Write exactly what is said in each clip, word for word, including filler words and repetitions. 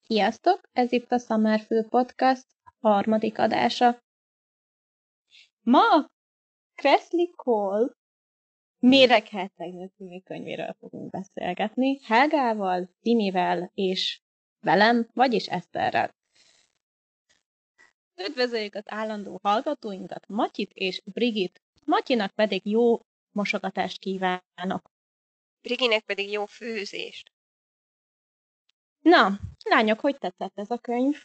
Sziasztok! Ez itt a Summerfield Podcast harmadik adása. Ma Kresley Cole Méreghercegnő című könyvéről fogunk beszélgetni Helgával, Timivel és velem, vagyis Eszterrel. Üdvözöljük az állandó hallgatóinkat, Matyit és Brigit. Matyinak pedig jó mosogatást kívánok. Briginek pedig jó főzést. Na, lányok, hogy tetszett ez a könyv?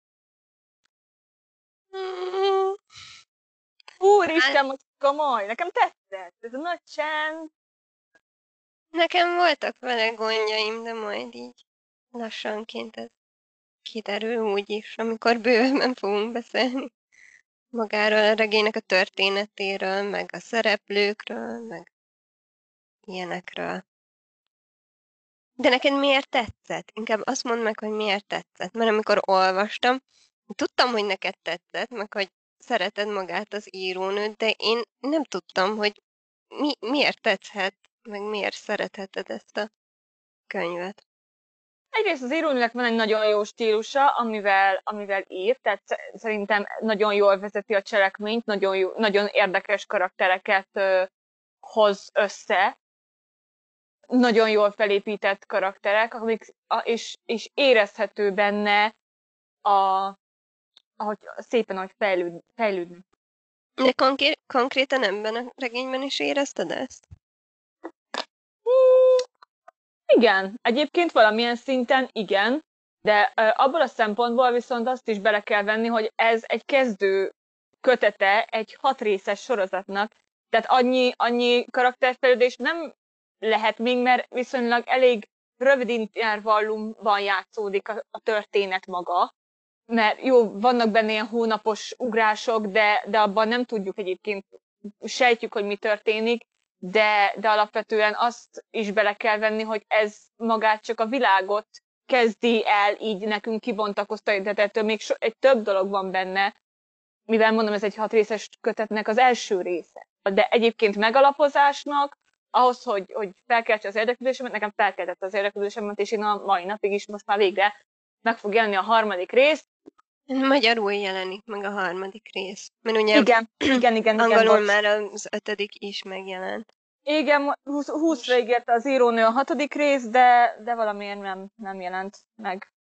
Mm. Úristen, hogy komoly! Nekem tetszett! Ez a nagy csend. Nekem voltak vele gondjaim, de majd így lassanként ez kiderül úgyis, amikor bővebben fogunk beszélni. Magáról a regénynek a történetéről, meg a szereplőkről, meg ilyenekről. De neked miért tetszett? Inkább azt mondd meg, hogy miért tetszett. Mert amikor olvastam, tudtam, hogy neked tetszett, meg hogy szereted magát az írónőt, de én nem tudtam, hogy mi, miért tetszhet, meg miért szeretheted ezt a könyvet. Egyrészt az írónőnek van egy nagyon jó stílusa, amivel, amivel ír, tehát szerintem nagyon jól vezeti a cselekményt, nagyon, jó, nagyon érdekes karaktereket ö, hoz össze. Nagyon jól felépített karakterek, amik, a, és, és érezhető benne, a, ahogy szépen, ahogy fejlőd, fejlődnek. De konkré- konkrétan ebben a regényben is érezted ezt? Hmm, igen, egyébként valamilyen szinten igen, de uh, abból a szempontból viszont azt is bele kell venni, hogy ez egy kezdő kötete egy hat részes sorozatnak, tehát annyi, annyi karakterfejlődés nem lehet még, mert viszonylag elég rövid intervallumban játszódik a, a történet maga, mert jó, vannak benne ilyen hónapos ugrások, de, de abban nem tudjuk egyébként, sejtjük, hogy mi történik, de, de alapvetően azt is bele kell venni, hogy ez magát csak a világot kezdi el így nekünk kibontakoztatni, de ettől még so, egy több dolog van benne, mivel mondom, ez egy hat részes kötetnek az első része. De egyébként megalapozásnak, ahhoz, hogy, hogy felkeltse az érdeklődésemet, nekem felkeltett az érdeklődésemet, és én a mai napig is most már végre meg fog jelenni a harmadik rész. Magyarul jelenik meg a harmadik rész. Mert ugye igen, igen, igen, angolul igen, már az ötödik is megjelent. Igen, húszra ígérte az írónő a hatodik rész, de, de valamiért nem, nem jelent meg.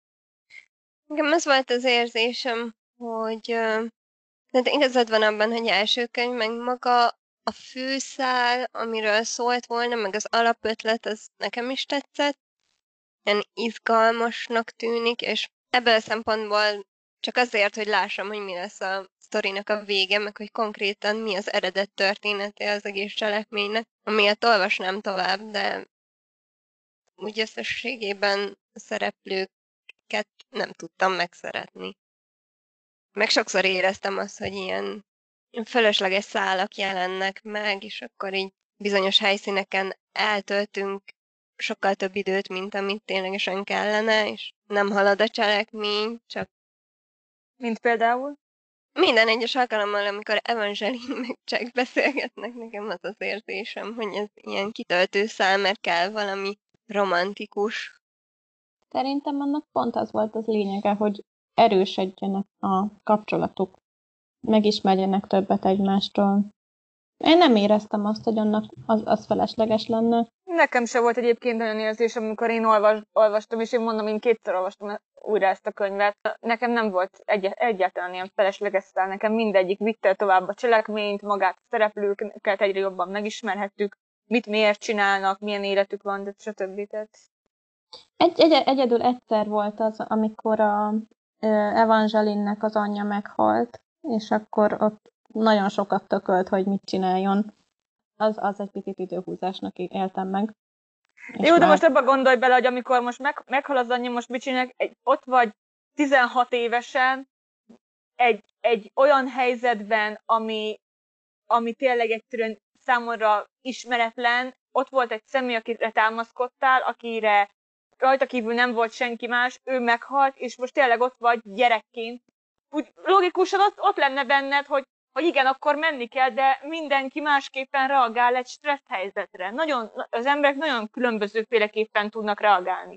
Nekem az volt az érzésem, hogy de igazad van abban, hogy első könyv, meg maga a főszál, amiről szólt volna, meg az alapötlet, az nekem is tetszett. Ilyen izgalmasnak tűnik, és ebből a szempontból csak azért, hogy lássam, hogy mi lesz a sztorinak a vége, meg hogy konkrétan mi az eredet története az egész cselekménynek, amiatt olvasnám tovább, de úgy összességében a szereplőket nem tudtam megszeretni. Meg sokszor éreztem azt, hogy ilyen fölösleges szálak jelennek meg, és akkor így bizonyos helyszíneken eltöltünk sokkal több időt, mint amit ténylegesen kellene, és nem halad a cselekmény, csak... Mint például? Minden egyes alkalommal, amikor Evangeline meg Jack beszélgetnek, nekem az az érzésem, hogy ez ilyen kitöltő szál, mert kell valami romantikus. Szerintem annak pont az volt az lényege, hogy erősödjenek a kapcsolatuk, megismerjenek többet egymástól. Én nem éreztem azt, hogy annak az, az felesleges lenne. Nekem se volt egyébként olyan érzés, amikor én olvas, olvastam, és én mondom, én kétszer olvastam újra ezt a könyvet. Nekem nem volt egy, egyáltalán ilyen felesleges szál, nekem mindegyik vitte tovább a cselekményt, magát a szereplőket egyre jobban megismerhettük, mit miért csinálnak, milyen életük van, de stb. Egy, egy, egyedül egyszer volt az, amikor a Evangeline-nek az anyja meghalt, és akkor ott nagyon sokat tökölt, hogy mit csináljon. Az, az egy picit időhúzásnak éltem meg. Jó, de már... most ebbe gondolj bele, hogy amikor most meg, meghal az anyja, most mit csinálják? Egy, ott vagy tizenhat évesen, egy, egy olyan helyzetben, ami, ami tényleg egyszerűen számomra ismeretlen, ott volt egy személy, akire támaszkodtál, akire rajta kívül nem volt senki más, ő meghalt, és most tényleg ott vagy gyerekként. Úgy logikusan ott, ott lenne benned, hogy, hogy igen, akkor menni kell, de mindenki másképpen reagál egy stressz helyzetre. Nagyon, az emberek nagyon különbözőféleképpen tudnak reagálni.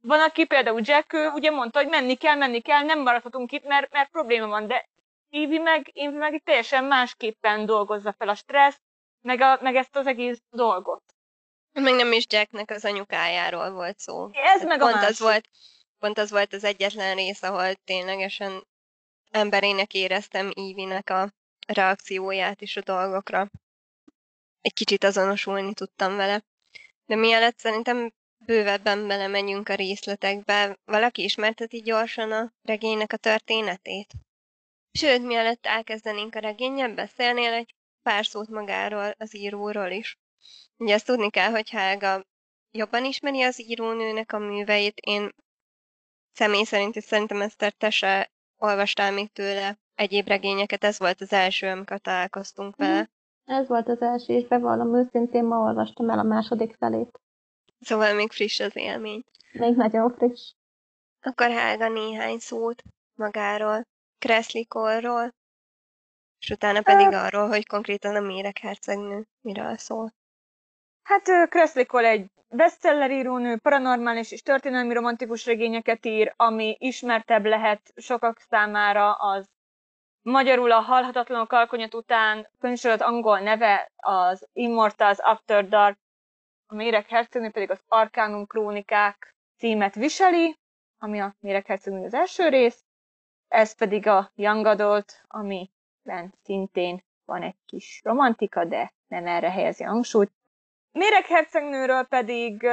van, aki például Jack, ő ugye mondta, hogy menni kell, menni kell, nem maradhatunk itt, mert, mert probléma van, de Ivy meg, Ivy meg itt teljesen másképpen dolgozza fel a stressz, meg, a, meg ezt az egész dolgot. Meg nem is Jacknek az anyukájáról volt szó. Ez Tehát meg a pont másik. az volt, pont az volt az egyetlen rész, ahol ténylegesen emberének éreztem Ivy-nek a reakcióját is a dolgokra. Egy kicsit azonosulni tudtam vele. De mielőtt szerintem bővebben belemenjünk a részletekbe, valaki ismerteti gyorsan a regénynek a történetét? Sőt, mielőtt elkezdenénk a regényen, beszélnél egy pár szót magáról, az íróról is. Ugye ezt tudni kell, hogy Helga jobban ismeri az írónőnek a műveit. Én személy szerint, és szerintem ezt te se olvastál még tőle egyéb regényeket, ez volt az első, amikor találkoztunk vele. Ez volt az első, és bevallom őszintén, ma olvastam el a második felét. Szóval még friss az élmény. Még nagyon friss. Akkor Helga néhány szót magáról, Kreszlikorról, és utána pedig arról, hogy konkrétan a Méreghercegnő miről szól. Hát Kreszlikol egy bestseller írónő, paranormális és történelmi romantikus regényeket ír, ami ismertebb lehet sokak számára, az magyarul a Halhatatlanok alkonyat után könyvsorozat angol neve az Immortals After Dark, a Méreghercegnő pedig az Arcanum Krónikák címet viseli, ami a Méreghercegnő az első rész, ez pedig a Young Adult, amiben szintén van egy kis romantika, de nem erre helyezi a hangsúlyt. Méreghercegnőről pedig,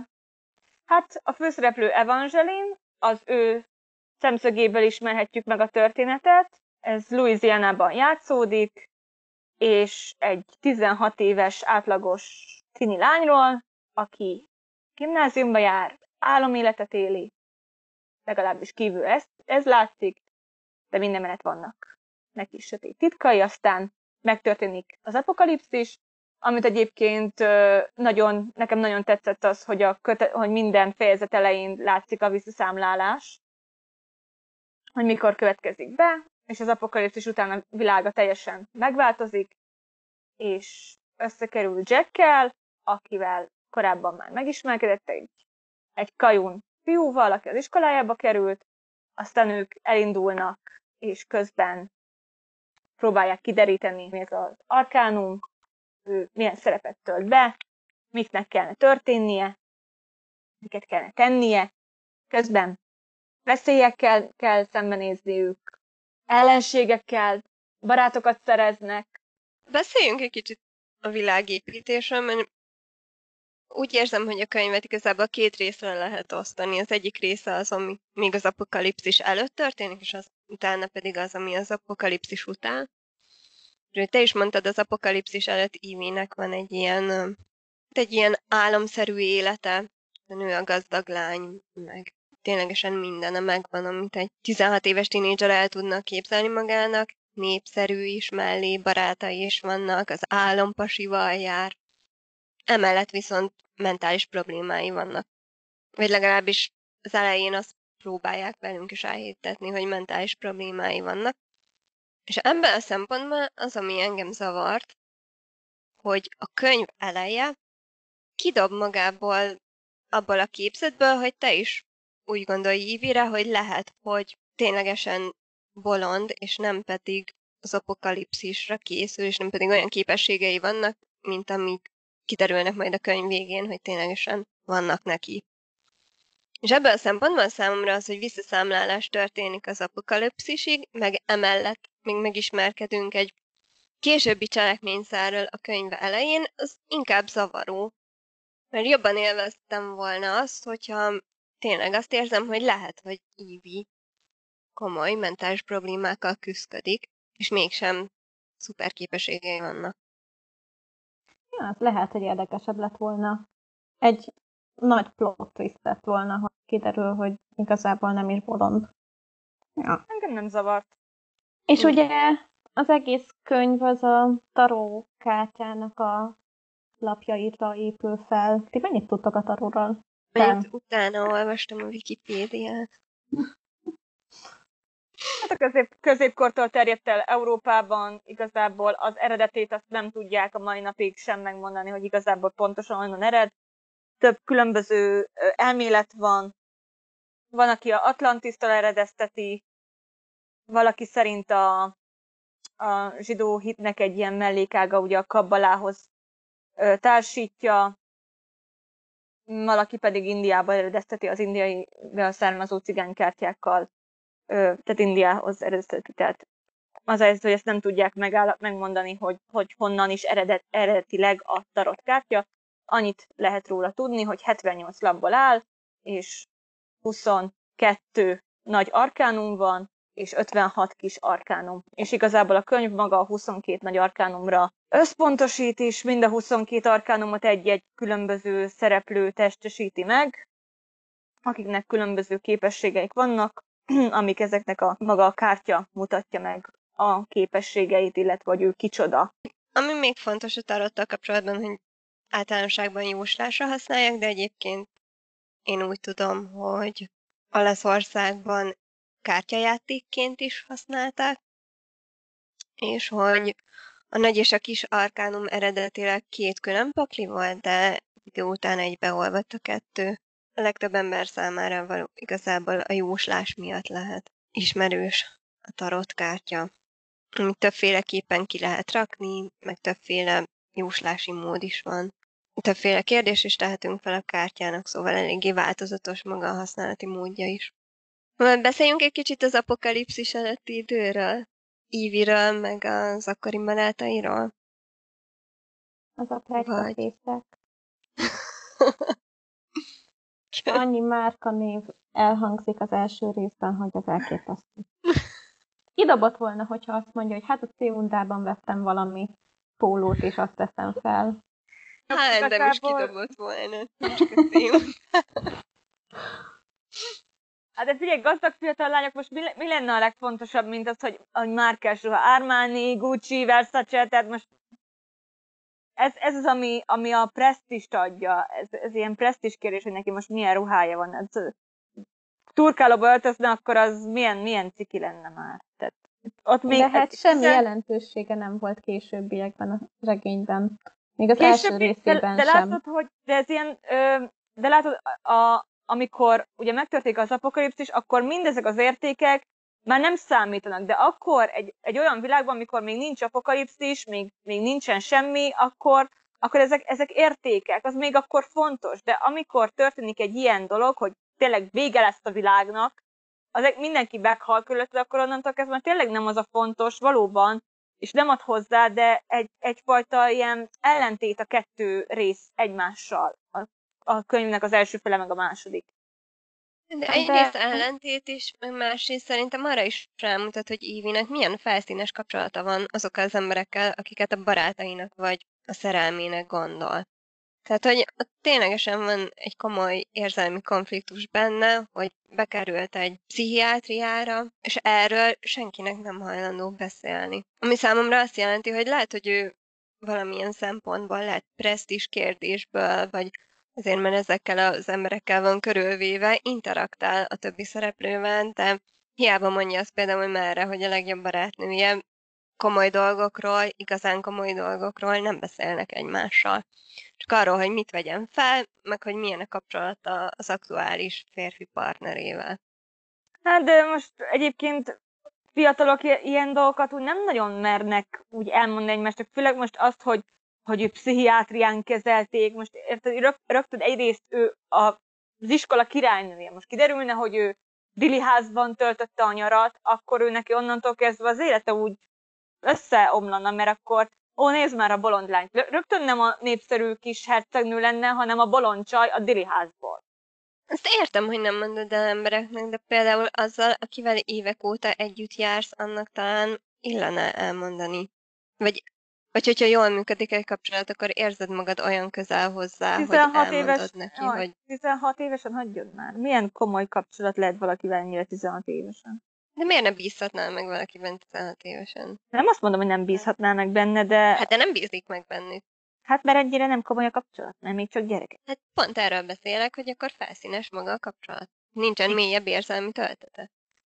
hát a főszereplő Evangeline, az ő szemszögéből ismerhetjük meg a történetet. Ez Louisianában játszódik, és egy tizenhat éves átlagos tini lányról, aki gimnáziumba jár, áloméletet éli, legalábbis kívül ez, ez látszik, de minden mellett vannak neki sötét titkai, aztán megtörténik az apokalipszis, amit egyébként nagyon, nekem nagyon tetszett az, hogy, a köte, hogy minden fejezet elején látszik a visszaszámlálás, hogy mikor következik be, és az apokalipszis után a világa teljesen megváltozik, és összekerül Jackkel, akivel korábban már megismerkedett, egy, egy kajun fiúval, aki az iskolájába került, aztán ők elindulnak, és közben próbálják kideríteni, mi ez az arkánum, ő milyen szerepet tölt be, miknek kellene történnie, miket kellene tennie, közben veszélyekkel kell szembenézniük, ellenségekkel, barátokat szereznek. Beszéljünk egy kicsit a világépítésről, mert úgy érzem, hogy a könyvet igazából két részre lehet osztani. Az egyik része az, ami még az apokalipszis előtt történik, és az utána pedig az, ami az apokalipszis után. Te is mondtad, az apokalipszis előtt Ivy-nek van egy ilyen, egy ilyen álomszerű élete, a nő a gazdag lány, meg ténylegesen mindene megvan, amit egy tizenhat éves tínédzser el tudnak képzelni magának, népszerű is mellé, barátai is vannak, az álompasival jár. Emellett viszont mentális problémái vannak. Vagy legalábbis az elején azt próbálják velünk is elhittetni, hogy mentális problémái vannak. És ebben a szempontban az, ami engem zavart, hogy a könyv eleje kidob magából abból a képzetből, hogy te is úgy gondolj Ivy-re, hogy lehet, hogy ténylegesen bolond, és nem pedig az apokalipszisra készül, és nem pedig olyan képességei vannak, mint amik kiderülnek majd a könyv végén, hogy ténylegesen vannak neki. És ebből a szempontból számomra az, hogy visszaszámlálás történik az apokalipszisig, meg emellett még megismerkedünk egy későbbi cselekményszárral a könyv elején, az inkább zavaró. Mert jobban élveztem volna azt, hogyha tényleg azt érzem, hogy lehet, hogy Ivy komoly mentális problémákkal küszködik, és mégsem szuper képességei vannak. Ja, az lehet, hogy érdekesebb lett volna. Egy nagy plot twist lett volna, ha kiderül, hogy igazából nem is bolond. Ja. Engem nem zavart. És ugye az egész könyv az a taró kártyának a lapjaira épül fel. Ti mennyit tudtok a taróról? Mert utána olvastam a Wikipédiát. Hát a közép, középkortól terjedt el Európában, igazából az eredetét azt nem tudják a mai napig sem megmondani, hogy igazából pontosan onnan ered. Több különböző elmélet van, van, aki a Atlantisztól eredezteti, valaki szerint a, a zsidó hitnek egy ilyen mellékága, ugye a kabbalához ö, társítja, valaki pedig Indiába eredezteti az indiai származó cigánykártyákkal, ö, tehát Indiához eredezteti. Tehát az ez, hogy ezt nem tudják megáll- megmondani, hogy, hogy honnan is eredet, eredetileg a tarotkártya. Annyit lehet róla tudni, hogy hetvennyolc lapból áll, és huszonkettő nagy arkánum van, és ötvenhat kis arkánum. És igazából a könyv maga a huszonkét nagy arkánumra összpontosít, és mind a huszonkét arkánumot egy-egy különböző szereplő testesíti meg, akiknek különböző képességeik vannak, amik ezeknek a maga a kártya mutatja meg a képességeit, illetve hogy ő kicsoda. Ami még fontos a tarottal kapcsolatban, hogy általánosságban jóslásra használják, de egyébként én úgy tudom, hogy Olaszországban kártyajátékként is használták, és hogy a nagy és a kis arkánum eredetileg két külön pakli volt, de idő után egybeolvadt a kettő. A legtöbb ember számára való, igazából a jóslás miatt lehet ismerős a tarotkártya, amit többféleképpen ki lehet rakni, meg többféle jóslási mód is van. Többféle kérdést is tehetünk fel a kártyának, szóval eléggé változatos maga a használati módja is. Beszéljünk egy kicsit az apokalipszis előtti időről, Íviről, meg az akkori barátairól. Az a Vagy- plegykafészek. Annyi márkanév elhangzik az első részben, hogy az elképesztő. Kidobott volna, hogyha azt mondja, hogy hát a C-undában vettem valami pólót, és azt teszem fel. Hát, nem is Igazából- kidobott volna. Nem csak a cím. Hát de figyelj, gazdag fiatal lányok, most mi, le- mi lenne a legfontosabb, mint az, hogy, hogy márkás ruha, Armani, Gucci, Versace, tehát most ez, ez az, ami, ami a presztist adja, ez, ez ilyen presztis kérdés, hogy neki most milyen ruhája van. Ez, turkálóba öltözne, akkor az milyen, milyen ciki lenne már. Tehát ott még De hát egy- semmi hiszen- jelentősége nem volt későbbiekben a regényben. Még az első Később, részében de, de sem. látod, hogy de ez ilyen, ö, de látod, a, amikor ugye megtörténik az apokalipszis, akkor mindezek az értékek már nem számítanak, de akkor egy, egy olyan világban, amikor még nincs apokalipszis, még, még nincsen semmi, akkor, akkor ezek, ezek értékek, az még akkor fontos, de amikor történik egy ilyen dolog, hogy tényleg vége lesz a világnak, az mindenki meghal körülötted, akkor onnantól kezdve tényleg nem az a fontos, valóban, és nem ad hozzá, de egy, egyfajta ilyen ellentét a kettő rész egymással. A, a könyvnek az első fele, meg a második. De Hát egyrészt de- ellentét is, meg másrészt szerintem arra is rámutat, hogy Ívinek milyen felszínes kapcsolata van azokkal az emberekkel, akiket a barátainak vagy a szerelmének gondol. Tehát, hogy ott ténylegesen van egy komoly érzelmi konfliktus benne, hogy bekerült egy pszichiátriára, és erről senkinek nem hajlandó beszélni. Ami számomra azt jelenti, hogy lehet, hogy ő valamilyen szempontból, lehet presztízs kérdésből, vagy azért, mert ezekkel az emberekkel van körülvéve, interaktál a többi szereplővel, de hiába mondja azt például merre, hogy a legjobb barátnője komoly dolgokról, igazán komoly dolgokról nem beszélnek egymással. Csak arról, hogy mit vegyen fel, meg hogy milyen a kapcsolata az aktuális férfi partnerével. Hát de most egyébként fiatalok i- ilyen dolgokat úgy nem nagyon mernek úgy elmondani egymásnak, főleg most azt, hogy, hogy ő pszichiátrián kezelték, most érted, rög, rögtön egyrészt ő a, az iskola királynője, most kiderülne, hogy ő Dili házban töltötte a nyarat, akkor ő neki onnantól kezdve az élete úgy összeomlana, mert akkor ó, nézd már a bolond lányt. Rö- Rögtön nem a népszerű kis hercegnő lenne, hanem a bolond csaj a Dili házból. Azt értem, hogy nem mondod el embereknek, de például azzal, akivel évek óta együtt jársz, annak talán illene elmondani. Vagy, vagy hogyha jól működik egy kapcsolat, akkor érzed magad olyan közel hozzá, hogy tizenhat elmondod éves, neki, jaj, hogy tizenhat évesen hagyjon már. Milyen komoly kapcsolat lehet valakivel ennyire tizenhat évesen? de miért ne bízhatnál meg valakiben tizenhat évesen? Nem azt mondom, hogy nem bízhatnának benne, de Hát hát, de nem bízik meg bennük. hát mert ennyire nem komoly a kapcsolat, mert még csak gyerekek. Hát pont erről beszélek, hogy akkor felszínes maga a kapcsolat. Nincsen mélyebb érzelmi töltete.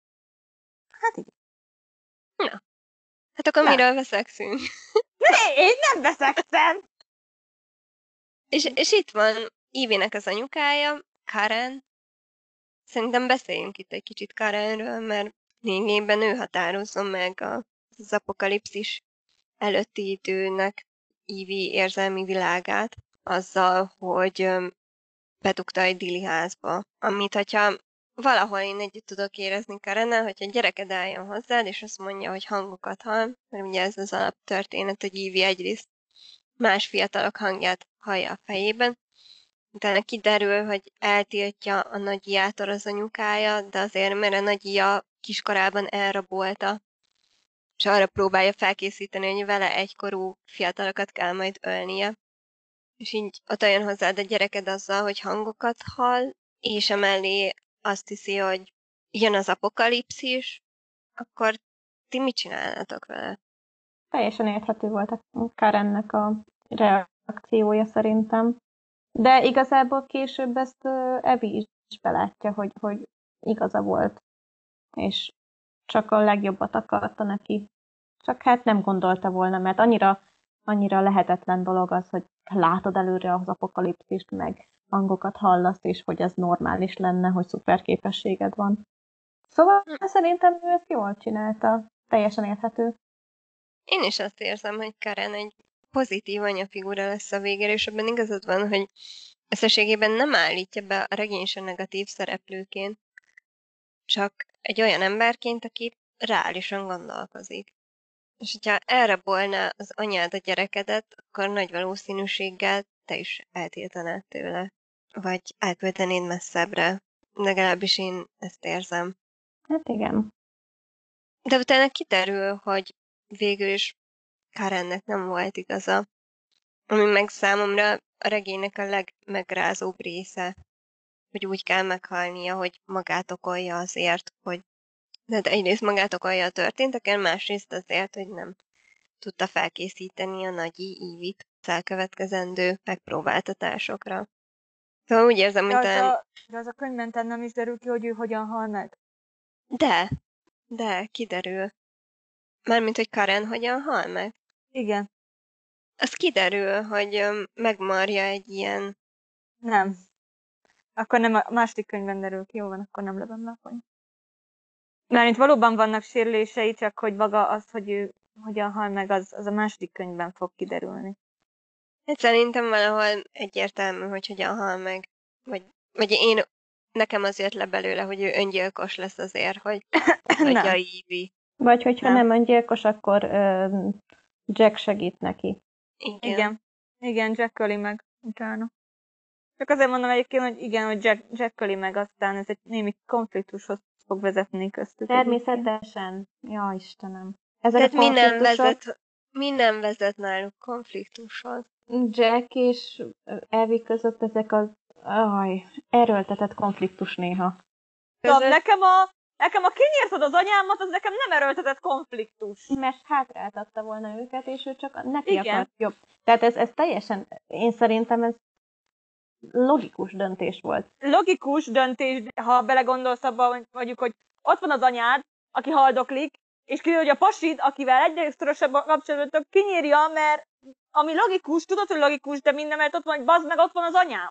Hát igen. Hát akkor Nem. miről veszekszünk? Ne, én nem veszekszem! És, és itt van Ívének az anyukája, Karen, Szerintem beszéljünk itt egy kicsit Karenről, mert lényegében ő határozza meg a- az apokalipszis előtti időnek Ivy érzelmi világát azzal, hogy öm, bedugta egy Dili házba, amit, hogyha valahol én együtt tudok érezni Karennel, hogyha egy gyereked eljön hozzád, és azt mondja, hogy hangokat hall, mert ugye ez az alaptörténet, hogy Ivy egyrészt más fiatalok hangját hallja a fejében, utána kiderül, hogy eltiltja a nagyiától az anyukája, de azért, mert a nagyia kiskorában elrabolta, és arra próbálja felkészíteni, hogy vele egykorú fiatalokat kell majd ölnie. És így ott jön hozzád a gyereked azzal, hogy hangokat hall, és emellé azt hiszi, hogy jön az apokalipszis, akkor ti mit csinálnátok vele? Teljesen érthető volt a Karennek a reakciója szerintem. De igazából később ezt ö, Evi is belátja, hogy, hogy igaza volt, és csak a legjobbat akarta neki. Csak hát nem gondolta volna, mert annyira, annyira lehetetlen dolog az, hogy látod előre az apokalipszist, meg hangokat hallasz, és hogy ez normális lenne, hogy szuperképességed van. Szóval szerintem ő ezt jól csinálta. Teljesen érthető. Én is azt érzem, hogy Karen egy pozitív anyafigura lesz a végére, és ebben igazad van, hogy összességében nem állítja be a regény se negatív szereplőként, csak egy olyan emberként, aki reálisan gondolkozik. És hogyha elrabolná az anyád a gyerekedet, akkor nagy valószínűséggel te is eltiltanád tőle. Vagy elküldenéd messzebbre. Legalábbis én ezt érzem. Hát igen. De utána kiderül, hogy végül is Karennek nem volt igaza. Ami meg számomra a regénynek a legmegrázóbb része. Hogy úgy kell meghalnia, hogy magát okolja azért, hogy de egyrészt magát okolja a történteken, másrészt azért, hogy nem tudta felkészíteni a nagyi Ivit az elkövetkezendő megpróbáltatásokra. Szóval úgy érzem, De mint az, talán... a, de az a könyvben nem is derül ki, hogy ő hogyan hal meg. De, de, kiderül. Mármint, hogy Karen hogyan hal meg. Igen. Az kiderül, hogy öm, megmarja egy ilyen... Nem. Akkor nem a második könyvben derül ki, jó van, akkor nem lövöm le a könyv. Mármint valóban vannak sérülései, csak hogy maga az, hogy ő hogyan hal meg, az, az a második könyvben fog kiderülni. Hát szerintem valahol egyértelmű, hogy hogyan hal meg. Vagy, vagy én... Nekem az jött le belőle, hogy ő öngyilkos lesz azért, hogy adja Ivi. Vagy hogyha Nem. nem öngyilkos, akkor ö, Jack segít neki. Igen. Igen. Igen, Jack öli meg utána. Csak azért mondom egyébként, hogy igen, hogy Jack, Jack öli meg, aztán ez egy némi konfliktushoz fog vezetni köztük. Természetesen. Ja, Istenem. Ezek Tehát a minden konfliktusok, vezet, minden vezet náluk konfliktushoz. Jack és Evie között ezek az aj, erőltetett konfliktus néha. Tudom, Között- nekem a, nekem a kinyírtad az anyámat, az nekem nem erőltetett konfliktus. Mert hátráltatta volna őket, és ő csak neki Igen. akart jobb. Tehát ez, ez teljesen, én szerintem ez logikus döntés volt. Logikus döntés, ha belegondolsz abba, hogy mondjuk, hogy ott van az anyád, aki haldoklik, és kiderül, hogy a pasid, akivel egyre szorosabban kapcsolódtok, kinyírja, mert ami logikus, tudod, hogy logikus, de minden, mert ott van, hogy bazd meg, ott van az anyám.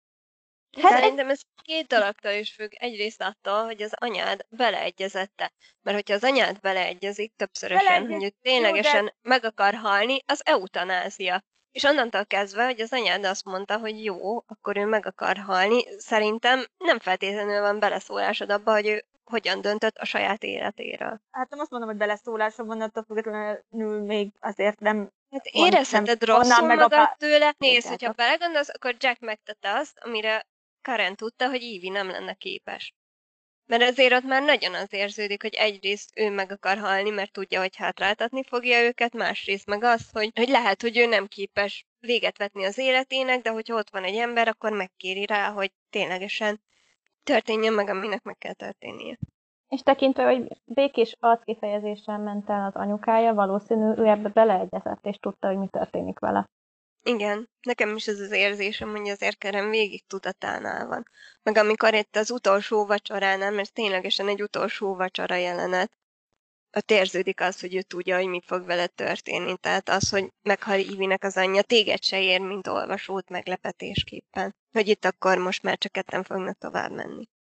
Hát Szerintem ez két dologtól is függ. Egyrészt attól, hogy az anyád beleegyezette. Mert hogyha az anyád beleegyezik többszörösen, Beleegyez- hogy ő ténylegesen jó, meg akar halni, az eutanázia. És onnantól kezdve, hogy az anyád azt mondta, hogy jó, akkor ő meg akar halni, szerintem nem feltétlenül van beleszólásod abba, hogy ő hogyan döntött a saját életéről. Hát nem azt mondom, hogy beleszólásom van, attól függetlenül még azért nem... Hát Van- érezheted nem- rosszul onnan meg a magad pá- tőle. Nézd, Értelek. hogyha belegondolsz, akkor Jack megtette azt, amire Karen tudta, hogy Ivy nem lenne képes. Mert azért ott már nagyon az érződik, hogy egyrészt ő meg akar halni, mert tudja, hogy hátráltatni fogja őket, másrészt meg az, hogy, hogy lehet, hogy ő nem képes véget vetni az életének, de hogyha ott van egy ember, akkor megkéri rá, hogy ténylegesen történjen meg, aminek meg kell történnie. És tekintve, hogy békés arckifejezéssel ment el az anyukája, valószínű ő ebbe beleegyezett, és tudta, hogy mi történik vele. Igen, nekem is ez az érzésem, hogy azért Karen végig tudatánál van. Meg amikor itt az utolsó vacsoránál, mert ténylegesen egy utolsó vacsora jelenet, ott érződik az, hogy ő tudja, hogy mi fog vele történni. Tehát az, hogy meghal Ivinek az anyja, téged se ér, mint olvasót meglepetésképpen. Hogy itt akkor most már csak ketten fognak tovább menni.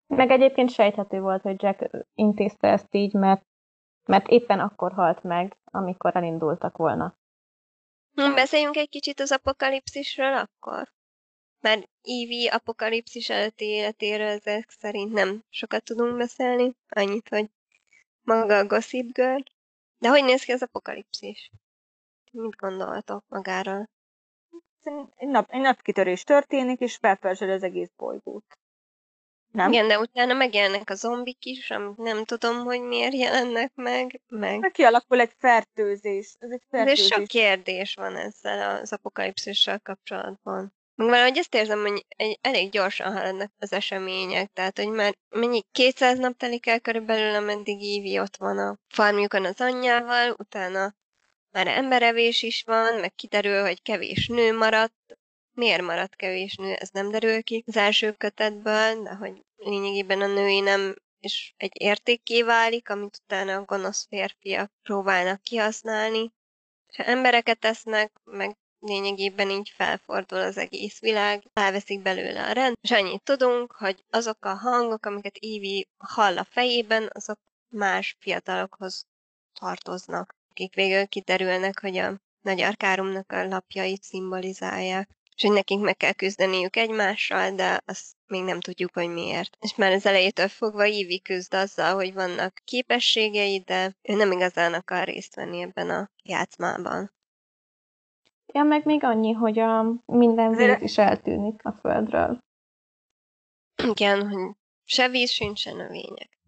Meg egyébként sejthető volt, hogy Jack intézte ezt így, mert, mert éppen akkor halt meg, amikor elindultak volna. Hm, Beszéljünk egy kicsit az apokalipszisről akkor. Mert Evie apokalipszis előtti életéről ezek szerint nem sokat tudunk beszélni. Annyit, hogy maga a Gossip Girl. De hogy néz ki az apokalipszis? Mit gondoltok magáról? Szerint Egy, nap, egy napkitörés történik, és felperzsel az egész bolygót. Nem? Igen, de utána megjelennek a zombik is, amik nem tudom, hogy miért jelennek meg, meg... Meg kialakul egy fertőzés. Ez egy De fertőzés. sok kérdés van ezzel az apokalipszissal kapcsolatban. Meg valahogy ezt érzem, hogy egy, elég gyorsan haladnak az események, tehát hogy már mennyi kétszáz nap telik el körülbelül, ameddig Evie ott van a farmjukon az anyjával, utána már emberevés is van, meg kiderül, hogy kevés nő maradt. Miért maradt kevés nő, ez nem derül ki az első kötetből, de hogy lényegében a női nem is egy értékké válik, amit utána a gonosz férfiak próbálnak kihasználni. Ha embereket esznek, meg lényegében így felfordul az egész világ, elveszik belőle a rend, és annyit tudunk, hogy azok a hangok, amiket Evie hall a fejében, azok más fiatalokhoz tartoznak, akik végül kiderülnek, hogy a Nagy Arkárumnak a lapjait szimbolizálják, és hogy nekik meg kell küzdeniük egymással, de azt még nem tudjuk, hogy miért. És már az elejétől fogva Evie küzd azzal, hogy vannak képességei, de ő nem igazán akar részt venni ebben a játszmában. Ja, meg még annyi, hogy a minden Azért- víz is eltűnik a földről. Igen, hogy se víz sincs, se növények.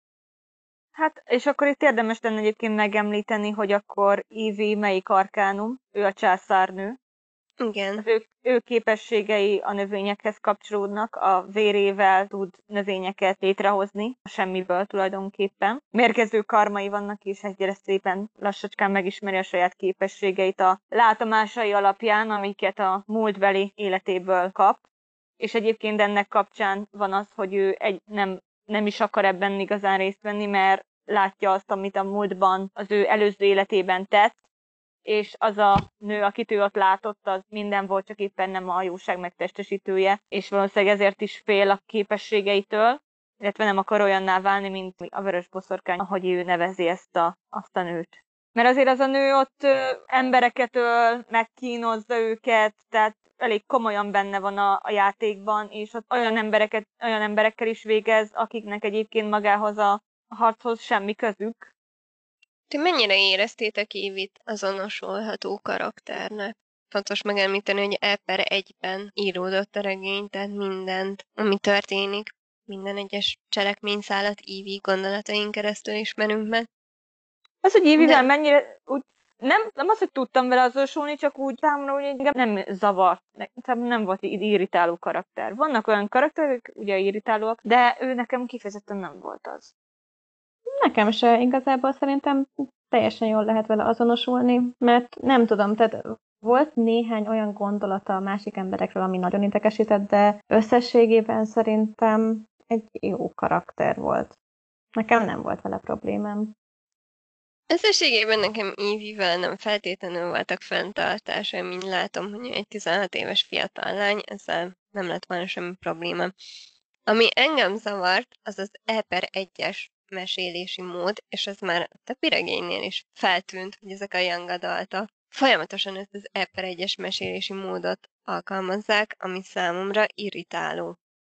Hát, és akkor itt érdemes lenne egyébként megemlíteni, hogy akkor Evie melyik arkánum, ő a császárnő. Igen. Az ő, ő képességei a növényekhez kapcsolódnak, a vérével tud növényeket létrehozni, a semmiből tulajdonképpen. Mérgező karmai vannak, és egyre szépen lassacskán megismeri a saját képességeit a látomásai alapján, amiket a múltbeli életéből kap. És egyébként ennek kapcsán van az, hogy ő egy, nem, nem is akar ebben igazán részt venni, mert látja azt, amit a múltban az ő előző életében tett, és az a nő, akit ő ott látott, az minden volt, csak éppen nem a jóság megtestesítője, és valószínűleg ezért is fél a képességeitől, illetve nem akar olyanná válni, mint a vörös boszorkány, ahogy ő nevezi ezt a, azt a nőt. Mert azért az a nő ott ö, embereket öl, megkínozza őket, tehát elég komolyan benne van a, a játékban, és ott olyan, embereket, olyan emberekkel is végez, akiknek egyébként magához a harchoz semmi közük. Ti mennyire éreztétek Évit azonosulható karakternek? Fontos megemlíteni, hogy E per egyben íródott a regény, tehát mindent, ami történik, minden egyes cselekményszálat Evie gondolatain keresztül ismerünk meg. Az, hogy Évivel De- mennyire úgy nem, nem az, hogy tudtam vele azonosulni, csak úgy számomra, hogy engem nem zavart, nem, nem volt így irritáló karakter. Vannak olyan karakterek, ugye irritálóak, de ő nekem kifejezetten nem volt az. Nekem se igazából szerintem teljesen jól lehet vele azonosulni, mert nem tudom, tehát volt néhány olyan gondolata a másik emberekről, ami nagyon idegesített, de összességében szerintem egy jó karakter volt. Nekem nem volt vele problémám. Összességében nekem Evie-vel nem feltétlenül voltak fenntartásaim, mint látom, hogy egy tizenhat éves fiatal lány, ezzel nem lett volna semmi probléma. Ami engem zavart, az az E per egyes mesélési mód, és ez már a többi regénynél is feltűnt, hogy ezek a young adultok folyamatosan ezt az E per egyes mesélési módot alkalmazzák, ami számomra irritáló.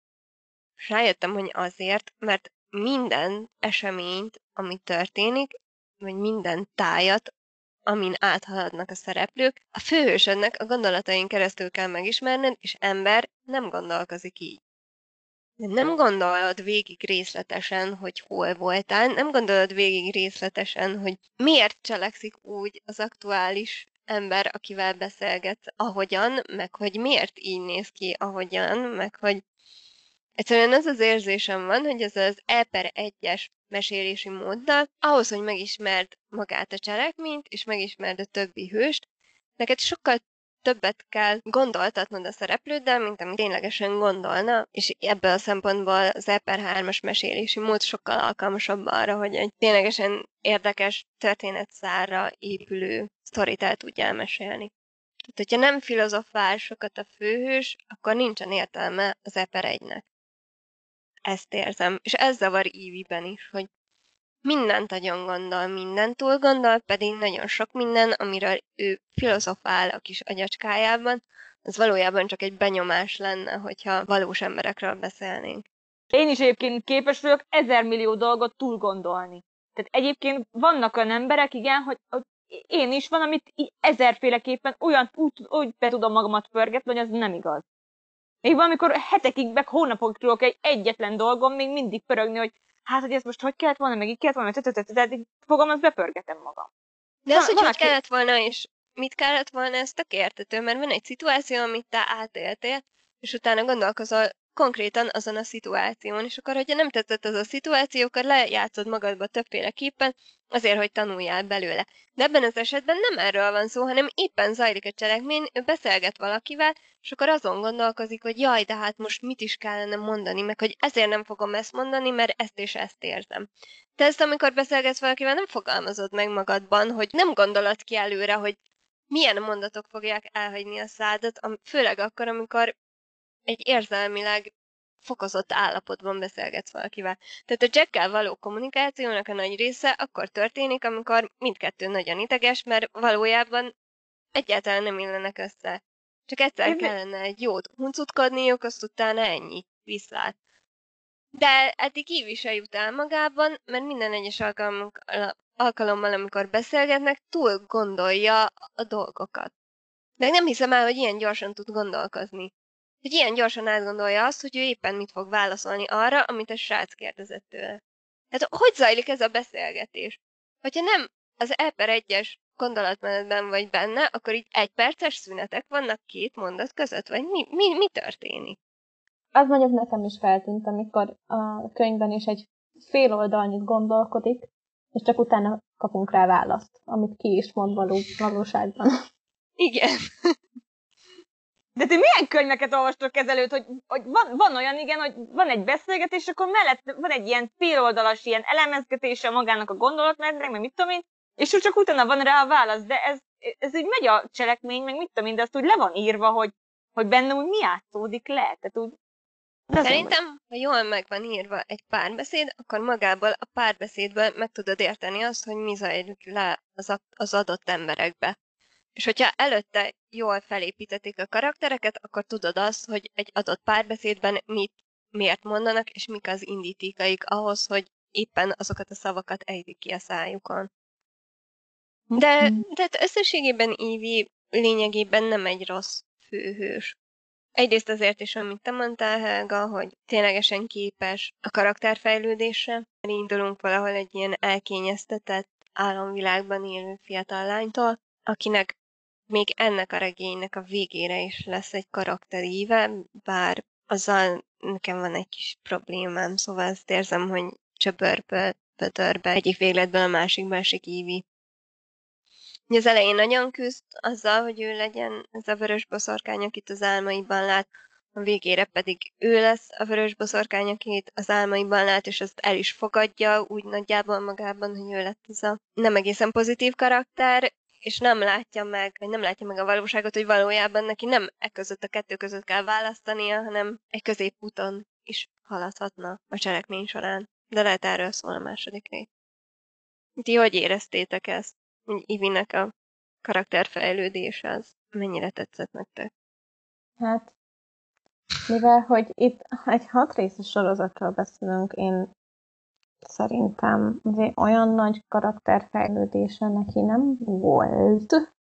És rájöttem, hogy azért, mert minden eseményt, ami történik, vagy minden tájat, amin áthaladnak a szereplők, a főhősödnek a gondolatain keresztül kell megismerned, és ember nem gondolkozik így. Nem gondolod végig részletesen, hogy hol voltál, nem gondolod végig részletesen, hogy miért cselekszik úgy az aktuális ember, akivel beszélgetsz, ahogyan, meg hogy miért így néz ki, ahogyan, meg hogy egyszerűen az az érzésem van, hogy ez az E per egyes mesélési móddal, ahhoz, hogy megismerd magát a cselekményt, és megismerd a többi hőst, neked sokkal többet kell gondoltatnod a szereplőddel, mint amit ténylegesen gondolna, és ebből a szempontból az E per hármas mesélési mód sokkal alkalmasabb arra, hogy egy ténylegesen érdekes történetszárra épülő sztorit el tudjál mesélni. Tehát, hogyha nem filozofál sokat a főhős, akkor nincsen értelme az E per egynek. ezt érzem. És ez zavar Evie-ben is, hogy mindent agyon gondol, mindent túl gondol, pedig nagyon sok minden, amiről ő filozofál a kis agyacskájában, az valójában csak egy benyomás lenne, hogyha valós emberekről beszélnénk. Én is egyébként képes vagyok ezer millió dolgot túl gondolni. Tehát egyébként vannak olyan emberek, igen, hogy, hogy én is van, amit ezerféleképpen olyan úgy, úgy be tudom magamat pörgetni, hogy az nem igaz. Még valamikor hetekig, meg hónapokig tudok egy egyetlen dolgom még mindig pörögni, hogy hát, hogy ez most hogy kellett volna, meg így kellett volna, tehát fogom, azt bepörgetem magam. De az, hogy hogy kellett volna, és mit kellett volna, ez tök értető, mert van egy szituáció, amit te átéltél, és utána gondolkozol konkrétan azon a szituáción, és akkor, hogyha nem tetszett az a szituáció, akkor lejátszod magadba többféleképpen, azért, hogy tanuljál belőle. De ebben az esetben nem erről van szó, hanem éppen zajlik a cselekmény, ő beszélget valakivel, és akkor azon gondolkozik, hogy jaj, de hát most mit is kellene mondani, meg hogy ezért nem fogom ezt mondani, mert ezt és ezt érzem. Te ezt, amikor beszélgetsz valakivel, nem fogalmazod meg magadban, hogy nem gondolod ki előre, hogy milyen mondatok fogják elhagyni a szádat, főleg akkor, amikor egy érzelmileg fokozott állapotban beszélgetsz valakivel. Tehát a Jackkel való kommunikációnak a nagy része akkor történik, amikor mindkettő nagyon ideges, mert valójában egyáltalán nem illenek össze. Csak egyszer kellene egy jót huncutkodniuk, azt utána ennyi. Viszlát. De eddig Evie se jut el magában, mert minden egyes alkalommal, amikor beszélgetnek, túl gondolja a dolgokat. De nem hiszem el, hogy ilyen gyorsan tud gondolkozni. Hogy ilyen gyorsan átgondolja azt, hogy ő éppen mit fog válaszolni arra, amit a srác kérdezett tőle. Hát hogy zajlik ez a beszélgetés? Hogyha nem az E per egyes gondolatmenetben vagy benne, akkor így egy perces szünetek vannak két mondat között, vagy mi, mi, mi történik? Az mondjuk nekem is feltűnt, amikor a könyvben is egy fél oldalnyit gondolkodik, és csak utána kapunk rá választ, amit ki is mond való, valóságban. Igen. De ti milyen könyveket olvastok ezelőtt, hogy, hogy van, van olyan, igen, hogy van egy beszélgetés, akkor mellett van egy ilyen féloldalas ilyen elemezgetése magának a gondolatmenetnek, meg mit tudom én, és csak utána van rá a válasz, de ez, ez így megy a cselekmény, meg mit tudom én, de azt úgy le van írva, hogy, hogy benne úgy mi játszódik le. Tehát úgy, Szerintem, ha jól meg van írva egy párbeszéd, akkor magából a párbeszédből meg tudod érteni azt, hogy mi zajlik le az, az adott emberekbe. És hogyha előtte jól felépítették a karaktereket, akkor tudod azt, hogy egy adott párbeszédben mit, miért mondanak, és mik az indítékaik ahhoz, hogy éppen azokat a szavakat ejtik ki a szájukon. De, de összességében Evie lényegében nem egy rossz főhős. Egyrészt azért is, amit te mondtál, Helga, hogy ténylegesen képes a karakterfejlődésre. Indulunk valahol egy ilyen elkényeztetett álomvilágban élő fiatal lánytól, akinek még ennek a regénynek a végére is lesz egy karakteríve, bár azzal nekem van egy kis problémám, szóval ezt érzem, hogy csöpörbe, pötörbe, egyik végletből a másikba esik Evie. Az elején nagyon küzd azzal, hogy ő legyen ez a vörös boszorkány, akit az álmaiban lát, a végére pedig ő lesz a vörös boszorkány, akit az álmaiban lát, és azt el is fogadja úgy nagyjából magában, hogy ő lett az a nem egészen pozitív karakter, és nem látja meg, vagy nem látja meg a valóságot, hogy valójában neki nem e között a kettő között kell választania, hanem egy középúton is haladhatna a cselekmény során. De lehet erről szól a második rész. Ti hogy éreztétek ezt? Hogy Evie-nek a karakterfejlődése az mennyire tetszett nektek? Hát, mivel, hogy itt egy hat részes sorozatról beszélünk, én szerintem olyan nagy karakterfejlődése neki nem volt.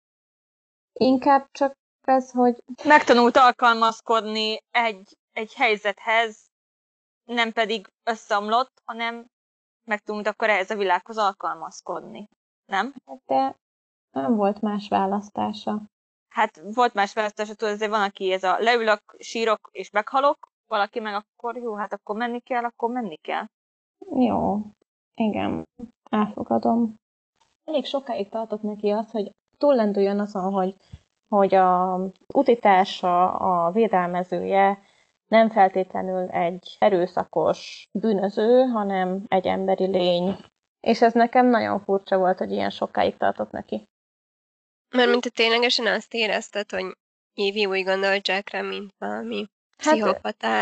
Inkább csak ez, hogy... Megtanult alkalmazkodni egy, egy helyzethez, nem pedig összeomlott, hanem megtanult akkor ehhez a világhoz alkalmazkodni. Nem? De nem volt más választása. Hát volt más választása, tudod, azért van, aki ez a leülök, sírok és meghalok, valaki meg akkor jó, hát akkor menni kell, akkor menni kell. Jó, igen, elfogadom. Elég sokáig tartott neki az, hogy túllendüljön azon, hogy, hogy a utitársa, a védelmezője nem feltétlenül egy erőszakos bűnöző, hanem egy emberi lény. És ez nekem nagyon furcsa volt, hogy ilyen sokáig tartott neki. Mert mint te ténylegesen azt érezted, hogy Evie úgy gondol Jackre, mint valami pszichopatára.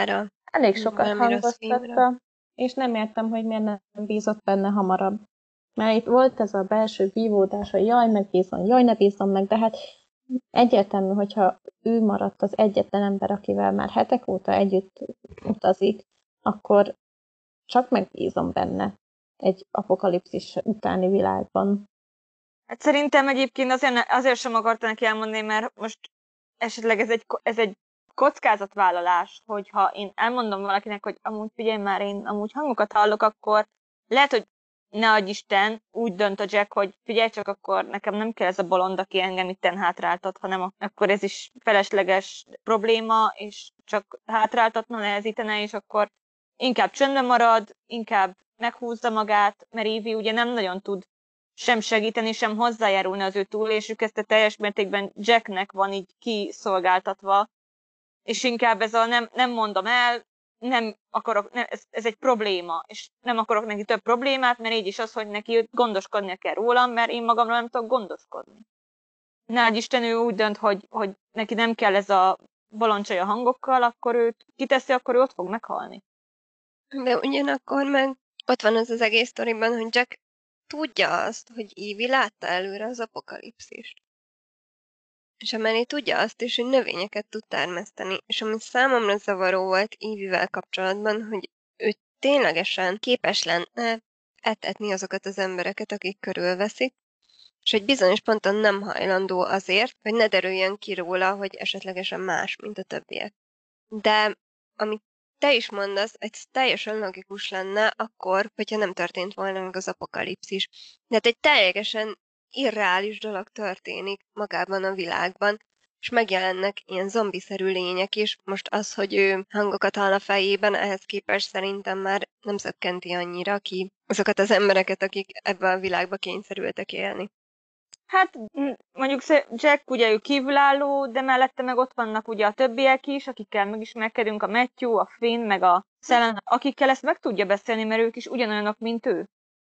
elég sokat Valami rossz filmre. hangoztatta, és nem értem, hogy miért nem bízott benne hamarabb. Mert itt volt ez a belső vívódás, hogy jaj, megbízom, jaj, ne bízom meg, de hát egyértelmű, hogyha ő maradt az egyetlen ember, akivel már hetek óta együtt utazik, akkor csak megbízom benne egy apokalipszis utáni világban. Hát szerintem egyébként azért, ne, azért sem akartam neki elmondani, mert most esetleg ez egy, ez egy kockázatvállalás, hogyha én elmondom valakinek, hogy amúgy figyelj már, én amúgy hangokat hallok, akkor lehet, hogy ne adj Isten, úgy dönt a Jack, hogy figyelj csak, akkor nekem nem kell ez a bolond, aki engem itten hátráltat, hanem akkor ez is felesleges probléma, és csak hátráltatna, nehezítene, és akkor inkább csöndben marad, inkább meghúzza magát, mert Ivy ugye nem nagyon tud sem segíteni, sem hozzájárulni az ő túlélésük, ezt a teljes mértékben Jacknek van így kiszolgáltatva, és inkább ez a nem, nem mondom el, nem akarok, nem, ez, ez egy probléma, és nem akarok neki több problémát, mert így is az, hogy neki gondoskodnia kell rólam, mert én magamról nem tudok gondoskodni. Nagy Isten, ő úgy dönt, hogy, hogy neki nem kell ez a boloncsai a hangokkal, akkor őt kiteszi, akkor ő ott fog meghalni. De ugyanakkor meg ott van az az egész sztoriban, hogy Jack tudja azt, hogy Ivy látta előre az apokalipszist. És Amelie tudja azt is, hogy növényeket tud termeszteni, és ami számomra zavaró volt Ivy-vel kapcsolatban, hogy ő ténylegesen képes lenne etetni azokat az embereket, akik körülveszik, és hogy bizonyos ponton nem hajlandó azért, hogy ne derüljön ki róla, hogy esetlegesen más, mint a többiek. De amit te is mondasz, ez teljesen logikus lenne akkor, hogyha nem történt volna meg az apokalipszis. De hát egy teljesen irreális dolog történik magában a világban, és megjelennek ilyen zombiszerű lények is. Most az, hogy ő hangokat hall a fejében, ehhez képest szerintem már nem szökkenti annyira ki azokat az embereket, akik ebben a világba kényszerültek élni. Hát mondjuk Jack ugye ő kívülálló, de mellette meg ott vannak ugye a többiek is, akikkel megismerkedünk, a Matthew, a Finn, meg a Selen, akikkel ezt meg tudja beszélni, mert ők is ugyanolyanok, mint ő.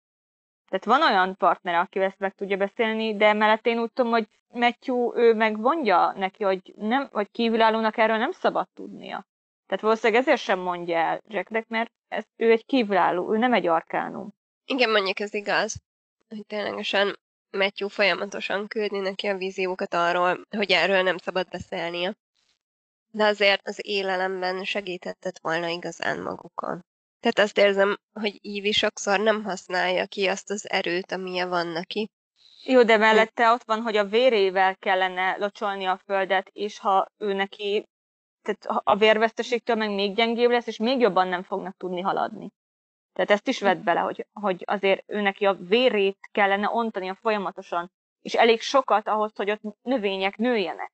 Tehát van olyan partner, akivel ezt meg tudja beszélni, de mellett én úgy tudom, hogy Matthew, ő meg mondja neki, hogy, nem, hogy kívülállónak erről nem szabad tudnia. Tehát valószínűleg ezért sem mondja el Jacknek, mert ez, ő egy kívülálló, ő nem egy arkánum. Igen, mondjuk ez igaz, hogy ténylegesen Matthew folyamatosan küldni neki a víziókat arról, hogy erről nem szabad beszélnie. De azért az élelemben segítettet volna igazán magukon. Tehát azt érzem, hogy Ivy sokszor nem használja ki azt az erőt, amilyen van neki. Jó, de mellette ott van, hogy a vérével kellene locsolni a földet, és ha ő neki, tehát a vérveszteségtől meg még gyengébb lesz, és még jobban nem fognak tudni haladni. Tehát ezt is vedd bele, hogy, hogy azért ő neki a vérét kellene ontania folyamatosan, és elég sokat ahhoz, hogy ott növények nőjenek.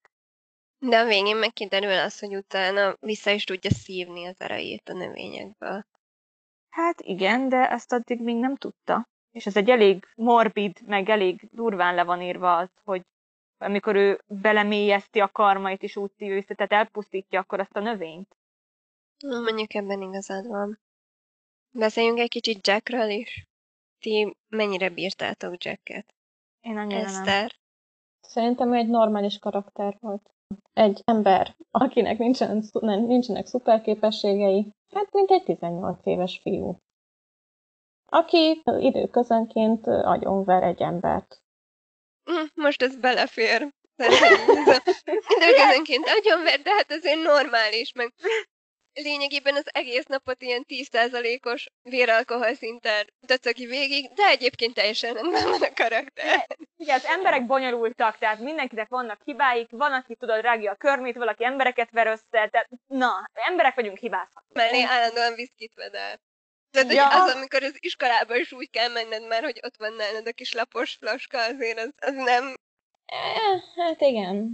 De a végén meg kiderül az, hogy utána vissza is tudja szívni az erejét a növényekből. Hát igen, de ezt addig még nem tudta. És ez egy elég morbid, meg elég durván le van írva az, hogy amikor ő belemélyezti a karmait, és úgy szívja vissza, tehát elpusztítja akkor azt a növényt. Mondjuk ebben igazad van. Beszéljünk egy kicsit Jackről is. Ti mennyire bírtátok Jacket? Én annyira nem. Eszter? Szerintem ő egy normális karakter volt. Egy ember, akinek nincsen, nem, nincsenek szuperképességei, hát mint egy tizennyolc éves fiú, aki időközönként agyonver egy embert. Most ez belefér. Időközönként agyonver, de hát azért normális, meg lényegében az egész napot ilyen tíz százalékos véralkohol szinten döcögi végig, de egyébként teljesen rendben van a karakter. Igen, az emberek bonyolultak, tehát mindenkinek vannak hibáik, van, aki tudod rágja a körmét, valaki embereket ver össze, tehát na, emberek vagyunk, hibázhatunk. Mellé állandóan viszkit vedel. Tehát Ja. az, amikor az iskolába is úgy kell menned már, hogy ott van nálad a kis lapos flaska, azért az, az nem... Eh, hát igen.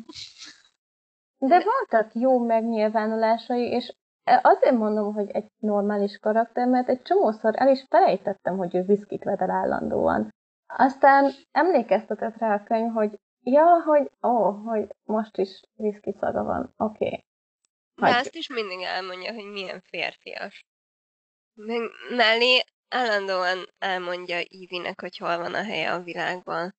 De voltak jó megnyilvánulásai, és azért mondom, hogy egy normális karakter, mert egy csomószor el is felejtettem, hogy ő viszkit vedel állandóan. Aztán emlékeztetett rá a könyv, hogy ja, hogy ó, hogy most is viszki szaga van, oké. Okay. De azt is mindig elmondja, hogy milyen férfias. Meg mellé állandóan elmondja Ivy-nek, hogy hol van a helye a világban.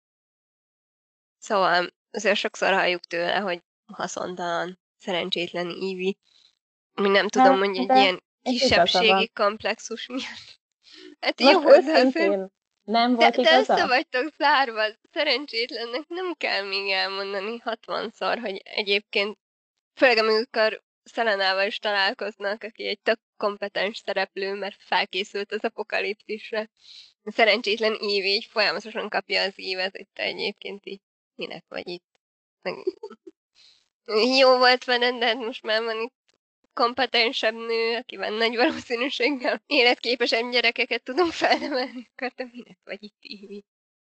Szóval azért sokszor halljuk tőle, hogy haszontalan, szerencsétlen Ivy. Mi nem tudom, hogy egy de... ilyen kisebbségi komplexus miatt. Hát Most jó, de azért... őszintén nem De, volt de igaza? össze vagytok zárva, szerencsétlennek nem kell még elmondani hatvanszor, hogy egyébként, főleg amikor Szelenával is találkoznak, aki egy tök kompetens szereplő, mert felkészült az apokalipszisre. A szerencsétlen Eve így folyamatosan kapja az ívet, hogy te egyébként így minek vagy itt. Meg... Jó volt veled, de hát most már van itt kompetensebb nő, akivel nagy valószínűséggel életképesebb gyerekeket tudom felnevelni, akkor te minek vagy itt Eve?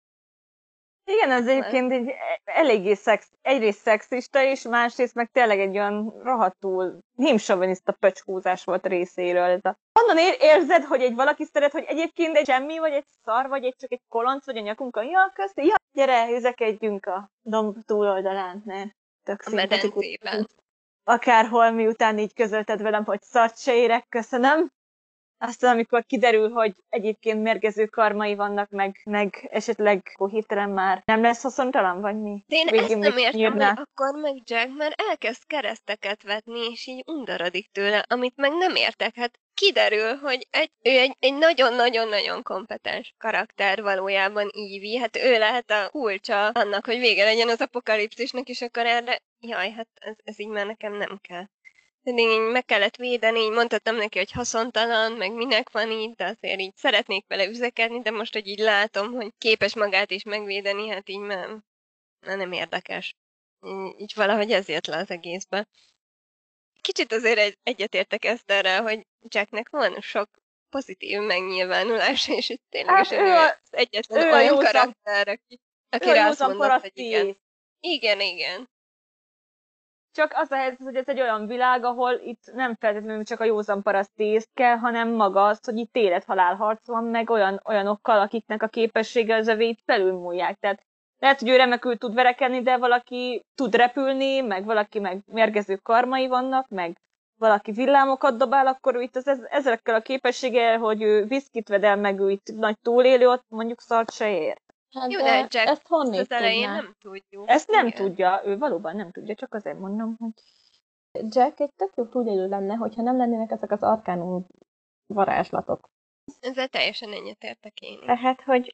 Igen, ez egyébként egy eléggé szex, egyrészt szexista, és másrészt meg tényleg egy olyan rohadtul hímsoviniszta pöcskúzás volt a részéről. Ez a... Honnan ér, érzed, hogy egy valaki szeret, hogy egyébként egy semmi, vagy egy szar, vagy egy csak egy kolonc, vagy a nyakunkon, ja, köszi, ja, gyere, üzekedjünk a domb túloldalán, ne, tök A medencében. Akárhol, miután így közölted velem, hogy szart se érek, köszönöm. Aztán, amikor kiderül, hogy egyébként mérgező karmai vannak, meg, meg esetleg hirtelen már nem lesz haszontalan, vagy mi? De én Végén ezt nem még értem, nyírná. hogy akkor meg Jack már elkezd kereszteket vetni, és így undorodik tőle, amit meg nem értek. Hát kiderül, hogy egy, ő egy, egy nagyon-nagyon-nagyon kompetens karakter valójában Ivy. Hát ő lehet a kulcsa annak, hogy vége legyen az apokalipszisnek, és akkor erre, jaj, hát ez, ez így már nekem nem kell. De én így meg kellett védeni, így mondhattam neki, hogy haszontalan, meg minek van itt, de azért így szeretnék vele üzekedni, de most, hogy így látom, hogy képes magát is megvédeni, hát így már, már nem érdekes. Így, így valahogy ez jött le az egészbe. Kicsit azért egy, egyetértek Eszterrel, hogy Jacknek van sok pozitív megnyilvánulása, és itt ténylegesen Hát ő ő a- az egyetlen ő a olyan józan- karakter, aki, Ő a akire azt józan mondod, hogy paraszti igen. ész. Igen, igen. Csak az a helyzet, hogy ez egy olyan világ, ahol itt nem feltétlenül csak a józan paraszti ész kell, hanem maga az, hogy itt élet-halál harc van, meg olyan, olyanokkal, akiknek a képessége az övét felülmúlják. Tehát lehet, hogy ő remekül tud verekedni, de valaki tud repülni, meg valaki meg mérgező karmai vannak, meg valaki villámokat dobál, akkor ő itt az, ez, ezekkel a képességgel, hogy ő viszkit vedel, meg ő itt nagy túlélő, ott mondjuk szart se ér. Hát Jó, de de Jack ezt ezt honnét az elején tudná? nem tudjuk. Ezt nem Igen. tudja, ő valóban nem tudja, csak azért mondom, hogy Jack egy tök jó túlélő lenne, hogyha nem lennének ezek az arkánum varázslatok. Ezzel teljesen egyetértek én is. Tehát, hogy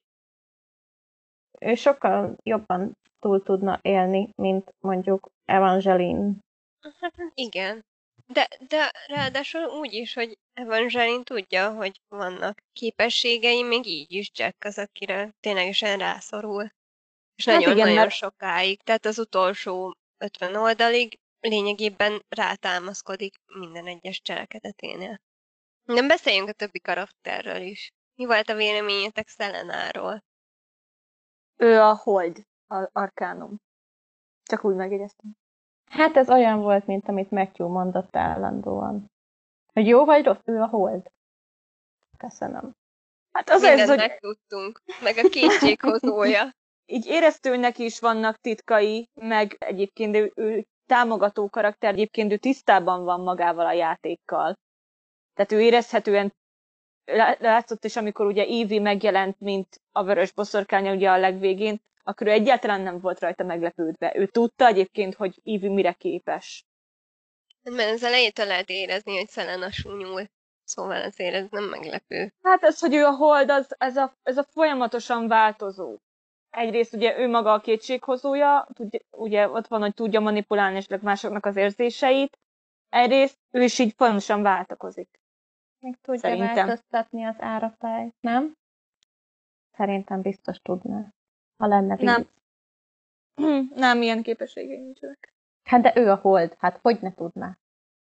ő sokkal jobban túl tudna élni, mint mondjuk Evangeline. Igen. De, de ráadásul úgy is, hogy Evangeline tudja, hogy vannak képességei, még így is Jack az, akire ténylegesen rászorul. És Hát nagyon-nagyon igen, mert- sokáig, tehát az utolsó ötven oldalig lényegében rátámaszkodik minden egyes cselekedeténél. De beszéljünk a többi karakterről is. Mi volt a véleményetek Szelenáról? ő a hold, az arkánum. Csak úgy megjegyeztem. Hát ez olyan volt, mint amit Matthew mondott állandóan. Hogy jó vagy rossz, ő a hold. Köszönöm. Hát azért, Mindent hogy megtudtunk, meg a kétséghozója. így éreztő, hogy neki is vannak titkai, meg egyébként ő, ő támogató karakter, egyébként ő tisztában van magával a játékkal. Tehát ő érezhetően lá- látszott is, amikor ugye Evie megjelent, mint a vörös boszorkánya ugye a legvégén, akkor ő egyáltalán nem volt rajta meglepődve. Ő tudta egyébként, hogy Evie mire képes. Mert az elejétől lehet érezni, hogy Selena súnyul. Szóval azért ez nem meglepő. Hát ez, hogy ő a hold, az, ez, a, ez a folyamatosan változó. Egyrészt ugye ő maga a kétséghozója, tudja, ugye ott van, hogy tudja manipulálni esetleg másoknak az érzéseit. Egyrészt ő is így folyamatosan váltakozik. Még tudja Szerintem. változtatni az áratájt, nem? Szerintem biztos tudná. Ha lenne víz. Nem. Hm, nem, ilyen képességei nincsenek. Hát de ő a hold, hát hogy ne tudná?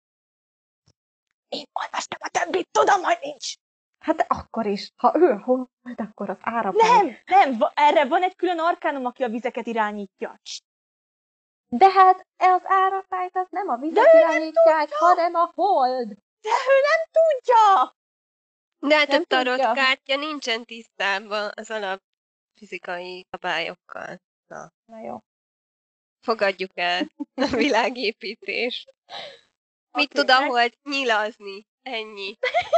Én olvastam a többit, tudom, hogy nincs. Hát de akkor is, ha ő a hold, akkor az áratáj. Nem, nem, va- erre van egy külön arkánum, aki a vizeket irányítja. De hát az áratájt az nem a vizet irányítják, hanem a hold. De ő nem tudja! De hát Nem a tarot tudja. kártya nincsen tisztában az alapfizikai szabályokkal. Na, Na jó. fogadjuk el a világépítést. Mit Oké, tud a meg- hold? Nyilazni. Ennyi.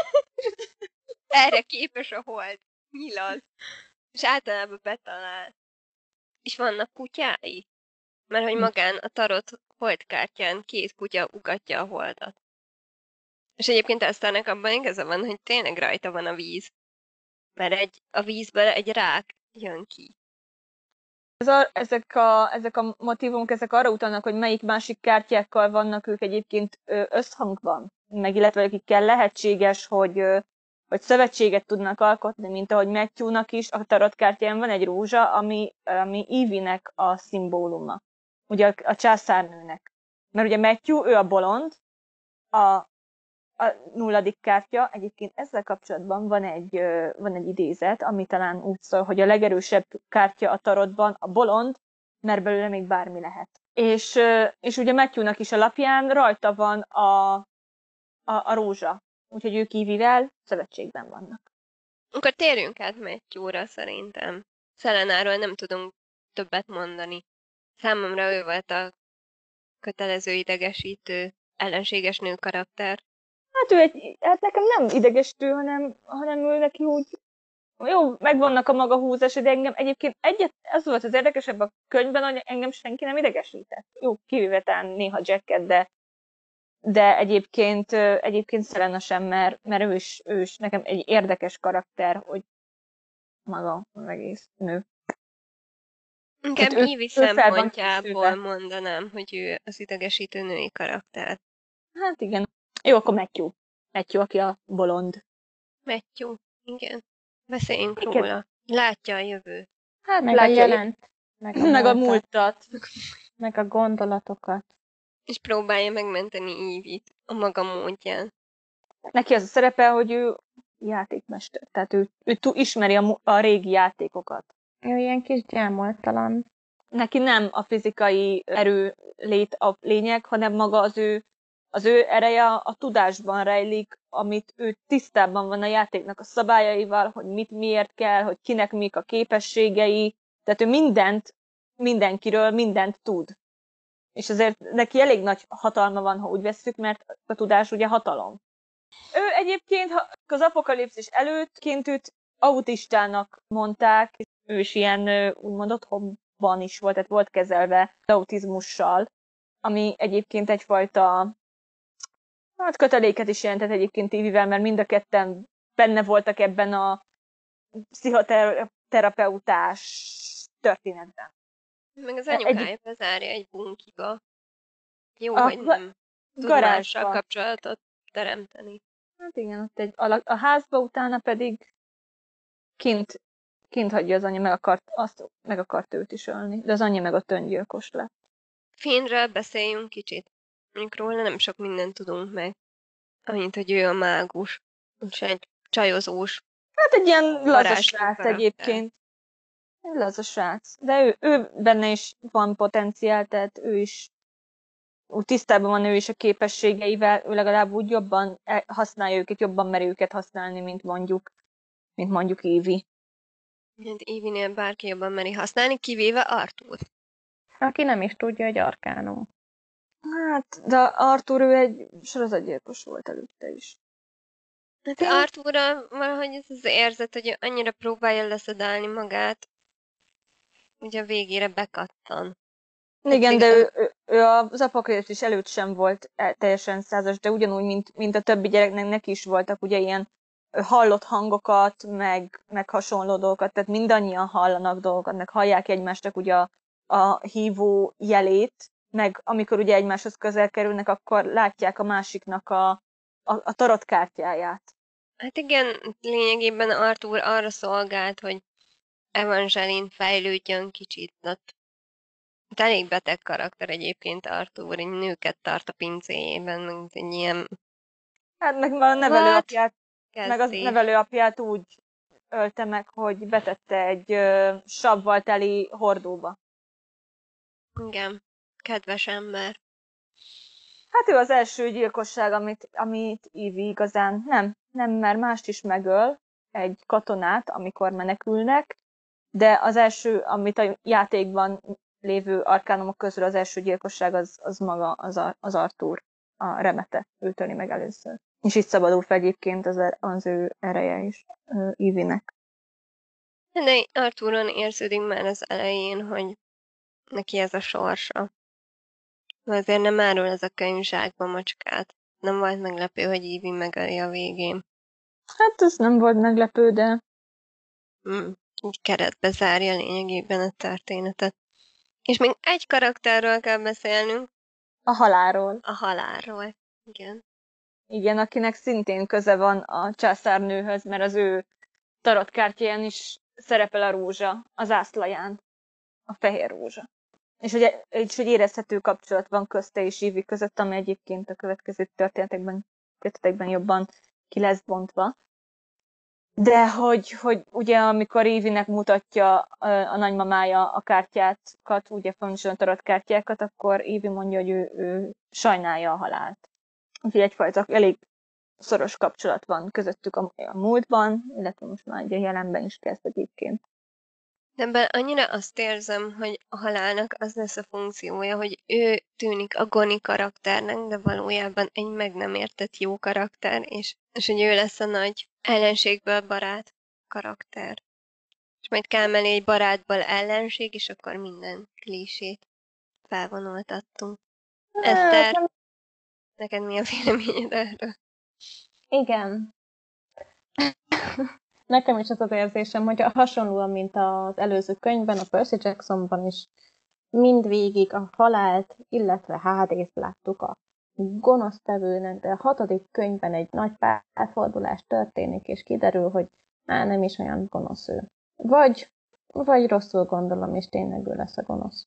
Erre képes a hold. Nyilaz. És általában betalál. És vannak kutyái. Mert hogy magán a tarot holdkártyán két kutya ugatja a holdat. És egyébként Eszternek abban igaza van, hogy tényleg rajta van a víz. Mert egy, a vízből egy rák jön ki. Ez a, ezek, a, ezek a motívumok, ezek arra utalnak, hogy melyik másik kártyákkal vannak ők egyébként ö, összhangban, meg illetve akikkel lehetséges, hogy, ö, hogy szövetséget tudnak alkotni, mint ahogy Matthew-nak is a tarot kártyán van egy rózsa, ami, ami Evie-nek a szimbóluma. Ugye a, a császárnőnek. Mert ugye Matthew, ő a bolond, a a nulladik kártya, egyébként ezzel kapcsolatban van egy, van egy idézet, ami talán úgy szól, hogy a legerősebb kártya a tarotban a bolond, mert belőle még bármi lehet. És, és ugye Matthew-nak is a lapján rajta van a, a, a rózsa, úgyhogy ők Evie-vel szövetségben vannak. Akkor térjünk át Matthew-ra szerintem. Szelenáról nem tudunk többet mondani. Számomra ő volt a kötelező idegesítő, ellenséges nő karakter. Hát ő egy, hát nekem nem idegesítő, hanem, hanem ő neki úgy, jó, megvannak a maga húzása, de engem egyébként egyet, az volt az érdekesebb a könyvben, hogy engem senki nem idegesített. Jó, kivéve talán néha Jacket, de, de egyébként, egyébként Selena sem, mert, mert ő, is, ő is nekem egy érdekes karakter, hogy maga az egész nő. Inkább Hát ő- Evie ő fel van szempontjából készülve. mondanám, hogy ő az idegesítő női karakter. Hát igen. Jó, akkor Matthew. Matthew, aki a bolond. Matthew, igen. Beszéljünk Igen. róla. Látja a jövőt. Hát Meg a látja, jelent, meg a, meg a múltat, múltat. meg a gondolatokat. És próbálja megmenteni Evie-t a maga módján. Neki az a szerepe, hogy ő játékmester. Tehát ő, ő tú- ismeri a, mu- a régi játékokat. Ő ilyen kis gyámoltalan. Neki nem a fizikai erő lét a lényeg, hanem maga az ő, az ő ereje a tudásban rejlik, amit ő tisztában van a játéknak a szabályaival, hogy mit miért kell, hogy kinek mik a képességei. Tehát ő mindent, mindenkiről mindent tud. És azért neki elég nagy hatalma van, ha úgy vesszük, mert a tudás ugye hatalom. Ő egyébként ha az apokalipszis előttként őt autistának mondták, és ő is ilyen úgymond otthonban is volt, tehát volt kezelve autizmussal, ami egyébként egyfajta hát köteléket is jelentett egyébként Evie-vel, mert mind a ketten benne voltak ebben a pszichoterapeutás történetben. Meg az Egy- anyukája bezárja egy bunkiba. Jó, A hogy nem tud mással garázsban. kapcsolatot teremteni. Hát igen, ott egy alak, a házba utána pedig kint, kint hagyja az anyja, meg akart, azt meg akart őt is ölni, de az anyja meg ott öngyilkos lett. Finnről beszéljünk kicsit. Mondjuk róla nem sok mindent tudunk meg. Amint, hogy ő a mágus. Úgyhogy csajozós. Hát egy ilyen laza Varázsló srác karakter. egyébként. Egy laza srác. De ő, ő benne is van potenciál, tehát ő is úgy tisztában van ő is a képességeivel, ő legalább úgy jobban e- használja őket, jobban meri őket használni, mint mondjuk, mint mondjuk Evie. Hát Evie-nél bárki jobban meri használni, kivéve Arthur. Aki nem is tudja, hogy arkánum. Hát, de Arthur ő egy sorozatgyilkos volt előtte is. Hát Fény- Arthurra valahogy ez az érzet, hogy annyira próbálja leszedálni magát, ugye a végére bekattan. Igen, de igaz. ő, ő, ő az apokalipszis előtt sem volt e- teljesen százas, de ugyanúgy, mint, mint a többi gyereknek, neki is voltak ugye ilyen hallott hangokat, meg, meg hasonló dolgokat, tehát mindannyian hallanak dolgokat, meg hallják egymásnak ugye a, a hívó jelét, meg amikor ugye egymáshoz közel kerülnek, akkor látják a másiknak a, a, a tarotkártyáját. Hát igen, lényegében Arthur arra szolgált, hogy Evangeline fejlődjön kicsit. Hát elég beteg karakter egyébként Arthur, egy nőket tart a pincéjében, mint egy ilyen Hát meg a nevelőapját, meg az kezdés. nevelőapját úgy ölte meg, hogy betette egy ö, savval teli hordóba. Igen, kedves ember. Hát ő az első gyilkosság, amit, amit Evie igazán nem, nem, mert mást is megöl, egy katonát, amikor menekülnek, de az első, amit a játékban lévő arkánumok közül az első gyilkosság az, az maga, az, a, az Arthur, a remete, ő töli meg először. És itt szabadul fel egyébként az, az ő ereje is Evie-nek. De Arthuron érződik már az elején, hogy neki ez a sorsa. Azért nem árul ez a könyv zsákba macskát. nem volt meglepő, hogy Ivy megöli a végén. Hát ez nem volt meglepő, de... Mm, így keretbe zárja lényegében a történetet. És még egy karakterről kell beszélnünk. A halálról. A halálról. Igen. Igen, akinek szintén köze van a császárnőhöz, mert az ő tarotkártyáján is szerepel a rózsa, az ászlaján, a fehér rózsa. És ugye, és hogy érezhető kapcsolat van közte és Ivy között, ami egyébként a következő történetekben, történetekben jobban ki lesz bontva. De hogy, hogy ugye amikor Ivy-nek mutatja a, a nagymamája a kártyákat, ugye fontosan tarot kártyákat, akkor Ivy mondja, hogy ő, ő sajnálja a halált. Úgyhogy egyfajta elég szoros kapcsolat van közöttük a, a múltban, illetve most már egy a jelenben is kezd egyébként. De ebben annyira azt érzem, hogy a halálnak az lesz a funkciója, hogy ő tűnik a Goni karakternek, de valójában egy meg nem értett jó karakter, és, és hogy ő lesz a nagy ellenségből barát karakter. És majd kell mellé egy barátból ellenség, és akkor minden klisét felvonultattunk. Eszter, nem... neked mi a véleményed erről? Igen. Nekem is az az érzésem, hogy hasonlóan, mint az előző könyvben, a Percy Jacksonban is mindvégig a halált, illetve Hádészt láttuk a gonosztevőnek, de a hatodik könyvben egy nagy párfordulás történik, és kiderül, hogy á, nem is olyan gonosz ő. Vagy, vagy rosszul gondolom, és tényleg ő lesz a gonosz.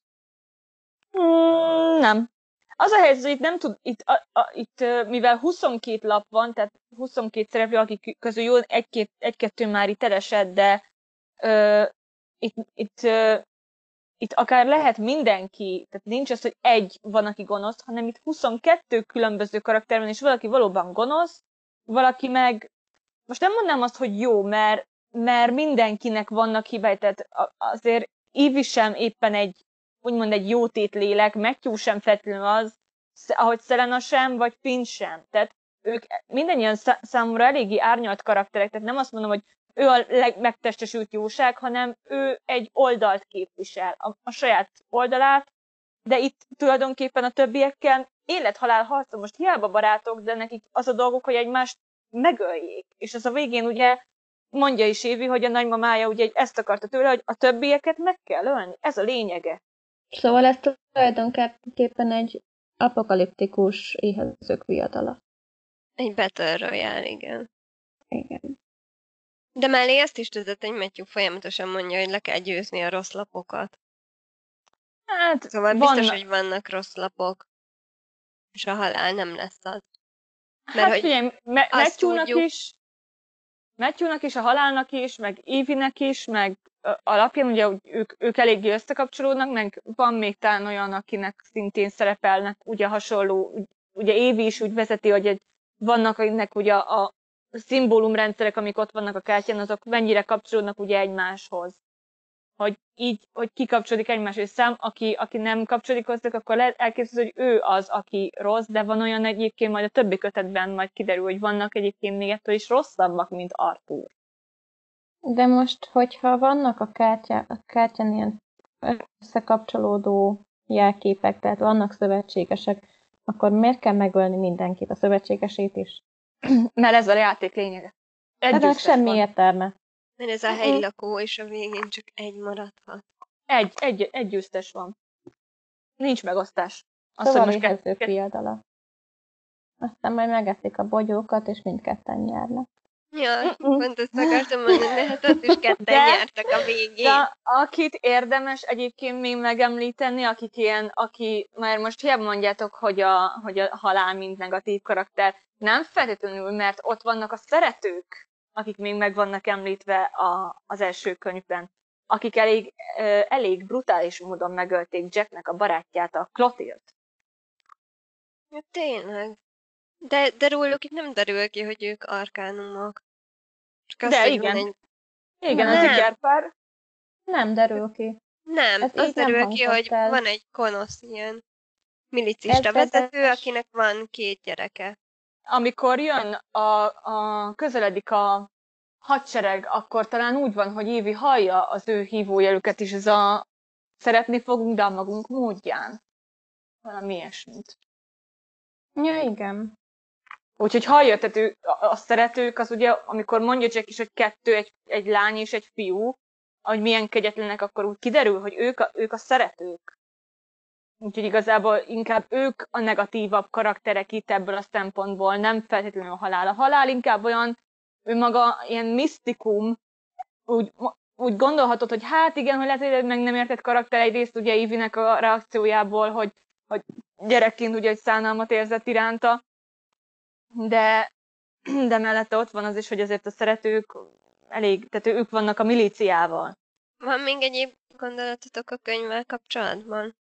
Mm, nem. Az a helyzet, hogy itt nem tud, itt, a, a, itt mivel huszonkét lap van, tehát huszonkét szereplő, akik közül jó egy-két, egy-kettő már itt elesett, de ö, itt, itt, ö, itt akár lehet mindenki, tehát nincs az, hogy egy van, aki gonosz, hanem itt huszonkettő különböző karakter van, és valaki valóban gonosz, valaki meg, most nem mondnám azt, hogy jó, mert, mert mindenkinek vannak hibái, tehát azért Ivy sem éppen egy úgymond egy jótét lélek, Matthew sem feltétlenül az, ahogy Selena sem, vagy Finn sem. Tehát ők mindannyian számomra eléggé árnyalt karakterek, tehát nem azt mondom, hogy ő a legmegtestesült jóság, hanem ő egy oldalt képvisel, a, a saját oldalát, de itt tulajdonképpen a többiekkel élet-halál harcol, most hiába barátok, de nekik az a dolguk, hogy egymást megöljék. És az a végén ugye mondja is Ivy, hogy a nagymamája ugye ezt akarta tőle, hogy a többieket meg kell ölni. Ez a lényege. Szóval ez tulajdonképpen egy apokaliptikus éhezők viadala. Egy Battle Royale, igen. Igen. De mellé ezt is tudod, hogy Matthew folyamatosan mondja, hogy le kell győzni a rossz lapokat. Hát, Szóval van... biztos, hogy vannak rossz lapok, és a halál nem lesz az. Mert hát figyelj, Me- Matthewnak tudjuk... is, Matthewnak is, a halálnak is, meg Ivy-nek is, meg alapján ugye ők, ők eléggé összekapcsolódnak, meg van még talán olyan, akinek szintén szerepelnek ugye hasonló, ugye Ivy is úgy vezeti, hogy egy, vannak akinek ugye a szimbólumrendszerek, amik ott vannak a kártyán, azok mennyire kapcsolódnak ugye egymáshoz. Hogy így, hogy kikapcsolódik egymáshoz, szám, aki, aki nem kapcsolódik hozzá, akkor lehet elképzelni, hogy ő az, aki rossz, de van olyan egyébként, majd a többi kötetben majd kiderül, hogy vannak egyébként még ettől is rosszabbak, mint Arthur. De most, hogyha vannak a, kártya, a kártyán ilyen összekapcsolódó jelképek, tehát vannak szövetségesek, akkor miért kell megölni mindenkit, a szövetségesét is? Mert ez a játék lényege. Ennek semmi van. értelme. Mert ez a helylakó, és a végén csak egy maradhat. Egy, egy, egy győztes van. Nincs megosztás. Azt, szóval most éhezők ke- viadala. Aztán majd megeszik a bogyókat, és mindketten nyernek. Ja, pont ezt akartam mondani, de hát ott is ketten de, nyertek a végén. De akit érdemes egyébként még megemlíteni, akik ilyen, aki, már most hiába mondjátok, hogy a, hogy a halál mint negatív karakter, nem feltétlenül, mert ott vannak a szeretők, akik még meg vannak említve a, az első könyvben, akik elég, elég brutális módon megölték Jacknek a barátját, a Clotilde. Ja, tényleg. De, de róluk itt nem derül ki, hogy ők arkánumok. Csak de azt, igen. Egy... Igen, nem. az ikerpár. Nem derül ki. Nem, ez az derül ki, hogy el. Van egy konosz ilyen milicista ez vezető, ez... akinek van két gyereke. Amikor jön a, a közeledik a hadsereg, akkor talán úgy van, hogy Ivy hallja az ő hívójelüket is, ez a szeretni fogunk, de a magunk módján. Valami ilyesmit. Ja, igen. Úgyhogy ha jöttető a, a szeretők, az ugye, amikor mondja Jack is, hogy kettő, egy, egy lány és egy fiú, hogy milyen kegyetlenek, akkor úgy kiderül, hogy ők a, ők a szeretők. Úgyhogy igazából inkább ők a negatívabb karakterek itt ebből a szempontból, nem feltétlenül a halál. A halál inkább olyan, ő maga ilyen misztikum, úgy, úgy gondolhatod, hogy hát igen, hogy lehet, hogy meg nem értett karakter egyrészt ugye Ivinek a reakciójából, hogy, hogy gyerekként ugye egy szánalmat érzett iránta, de, de mellette ott van az is, hogy azért a szeretők elég, tehát ők vannak a milíciával. Van még egyéb gondolatotok a könyvvel kapcsolatban?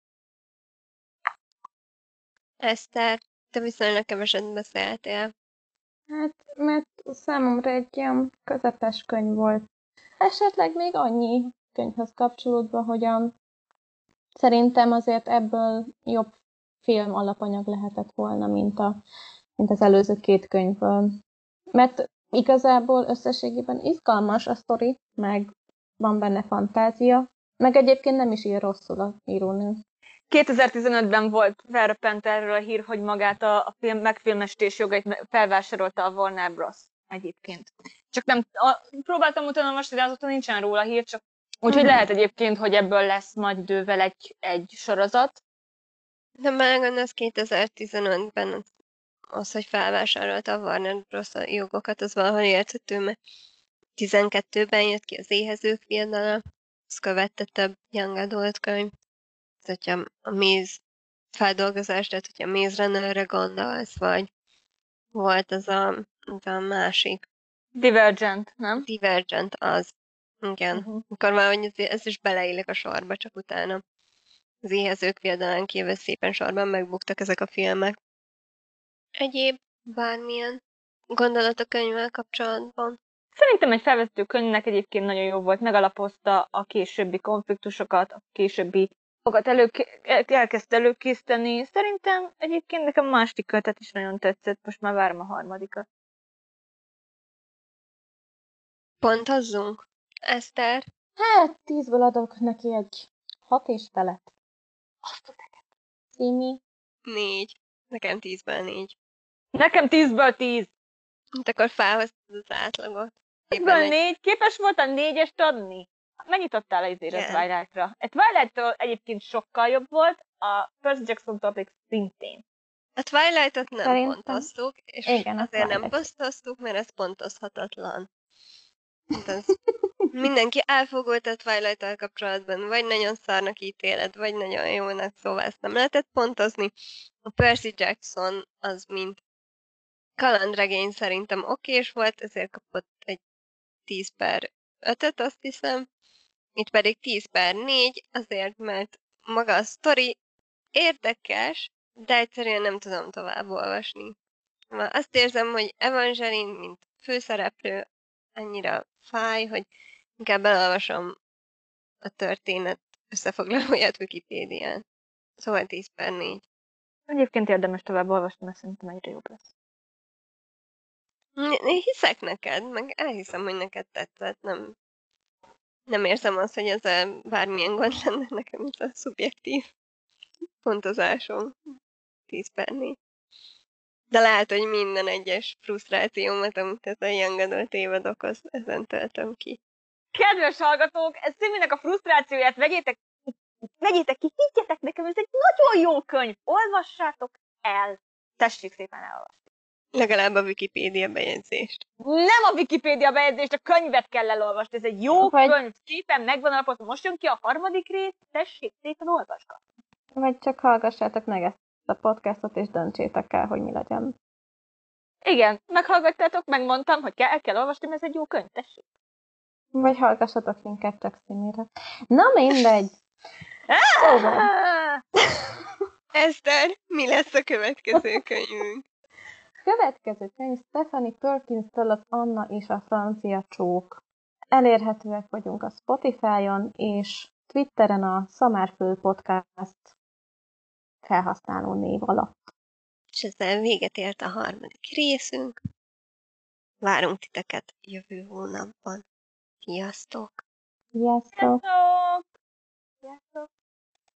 Eszter, te viszonylag keveset beszéltél. Hát, mert számomra egy ilyen közepes könyv volt. Esetleg még annyi könyvhöz kapcsolódva, hogy a, szerintem azért ebből jobb film alapanyag lehetett volna, mint, a, mint az előző két könyvből. Mert igazából összességében izgalmas a sztori, meg van benne fantázia, meg egyébként nem is ír rosszul a írónő. kétezer-tizenötben volt felröppent erről a hír, hogy magát a, a film megfilmesítés jogait felvásárolta a Warner Bros. Egyébként. Csak nem, a, próbáltam utána most, de azóta nincsen róla hír, csak úgyhogy lehet egyébként, hogy ebből lesz majd idővel egy, egy sorozat. De már gondolsz kétezer-tizenötben az, az, hogy felvásárolta a Warner Bros. A jogokat, az valahol érthető, mert tizenkettőben jött ki az Éhezők viadala, az követte több young adult könyv. Ez, hogyha a Maze feldolgozás, tehát hogyha Maze Runner-re gondolsz, vagy volt az a, az a másik. Divergent, nem? Divergent az. Igen. Uh-huh. Akkor valahogy ez, ez is beleillik a sorba, csak utána az Éhezők viadalán kívül szépen sorban megbuktak ezek a filmek. Egyéb bármilyen gondolat a könyvvel kapcsolatban? Szerintem egy felvezető könyvnek egyébként nagyon jó volt, megalapozta a későbbi konfliktusokat, a későbbi fogat elő, elkezdte előkészíteni. Szerintem egyébként nekem a második kötet is nagyon tetszett, most már várom a harmadikat. Pontozzunk? Eszter? Hát, tízből adok neki egy hat és felet. Azt a teket. Szími? Négy. Nekem tízből négy. Nekem tízből tíz. Hát akkor felhoztad az átlagot. tízből négy. Képes voltam négyest adni? Mennyit adtál azért a Twilight-ra? A Twilight-től egyébként sokkal jobb volt, a Percy Jackson-tól pedig szintén. A Twilight-ot nem Szerintem... pontoztuk, és igen, azért nem pontoztuk, mert ez pontozhatatlan. Hát az mindenki elfogult a Twilight-tal kapcsolatban, vagy nagyon szarnak ítélet, vagy nagyon jónak, szóval ezt nem lehetett pontozni. A Percy Jackson az mint kalandregény szerintem okés volt, ezért kapott egy tíz per ötöt, azt hiszem. Itt pedig tíz per négy, azért, mert maga a sztori érdekes, de egyszerűen nem tudom tovább olvasni. Azt érzem, hogy Evangeline, mint főszereplő, annyira fáj, hogy inkább elolvasom a történet összefoglalóját Wikipédián. Szóval tíz per négy. Egyébként érdemes tovább olvasni, mert szerintem egyre jobb lesz. Én hiszek neked, meg elhiszem, hogy neked tetszett. Nem, nem érzem azt, hogy ez bármilyen gond lenne nekem, ez a szubjektív pontozásom. tíz per négy. De lehet, hogy minden egyes frusztrációmat, amit ez a young adult évad okoz, ezen töltöm ki. Kedves hallgatók, ez Sziminek a frusztrációját vegyétek, vegyétek ki, higgyetek nekem, ez egy nagyon jó könyv, olvassátok el. Tessék szépen elolvasni. Legalább a Wikipédia bejegyzést. Nem a Wikipédia bejegyzést, a könyvet kell elolvasni, ez egy jó Vagy... könyv, szépen megvan alapozva. Most jön ki a harmadik rész, tessék szépen olvasgatni. Vagy csak hallgassátok meg ezt a podcastot, és döntsétek el, hogy mi legyen. Igen, meghallgattátok, megmondtam, hogy kell, el kell olvasni, mert ez egy jó könyv, tessék. Vagy hallgassatok inkább csak Szimire. Na mindegy! Szóval. Eszter, mi lesz a következő könyvünk? Következő könyv Stephanie Perkins-től az Anna és a francia csók. Elérhetőek vagyunk a Spotify-on és Twitteren a Szamárföld Podcast felhasználó név alatt. És ezzel véget ért a harmadik részünk. Várunk titeket jövő hónapban. Sziasztok! Sziasztok! Sziasztok! Sziasztok!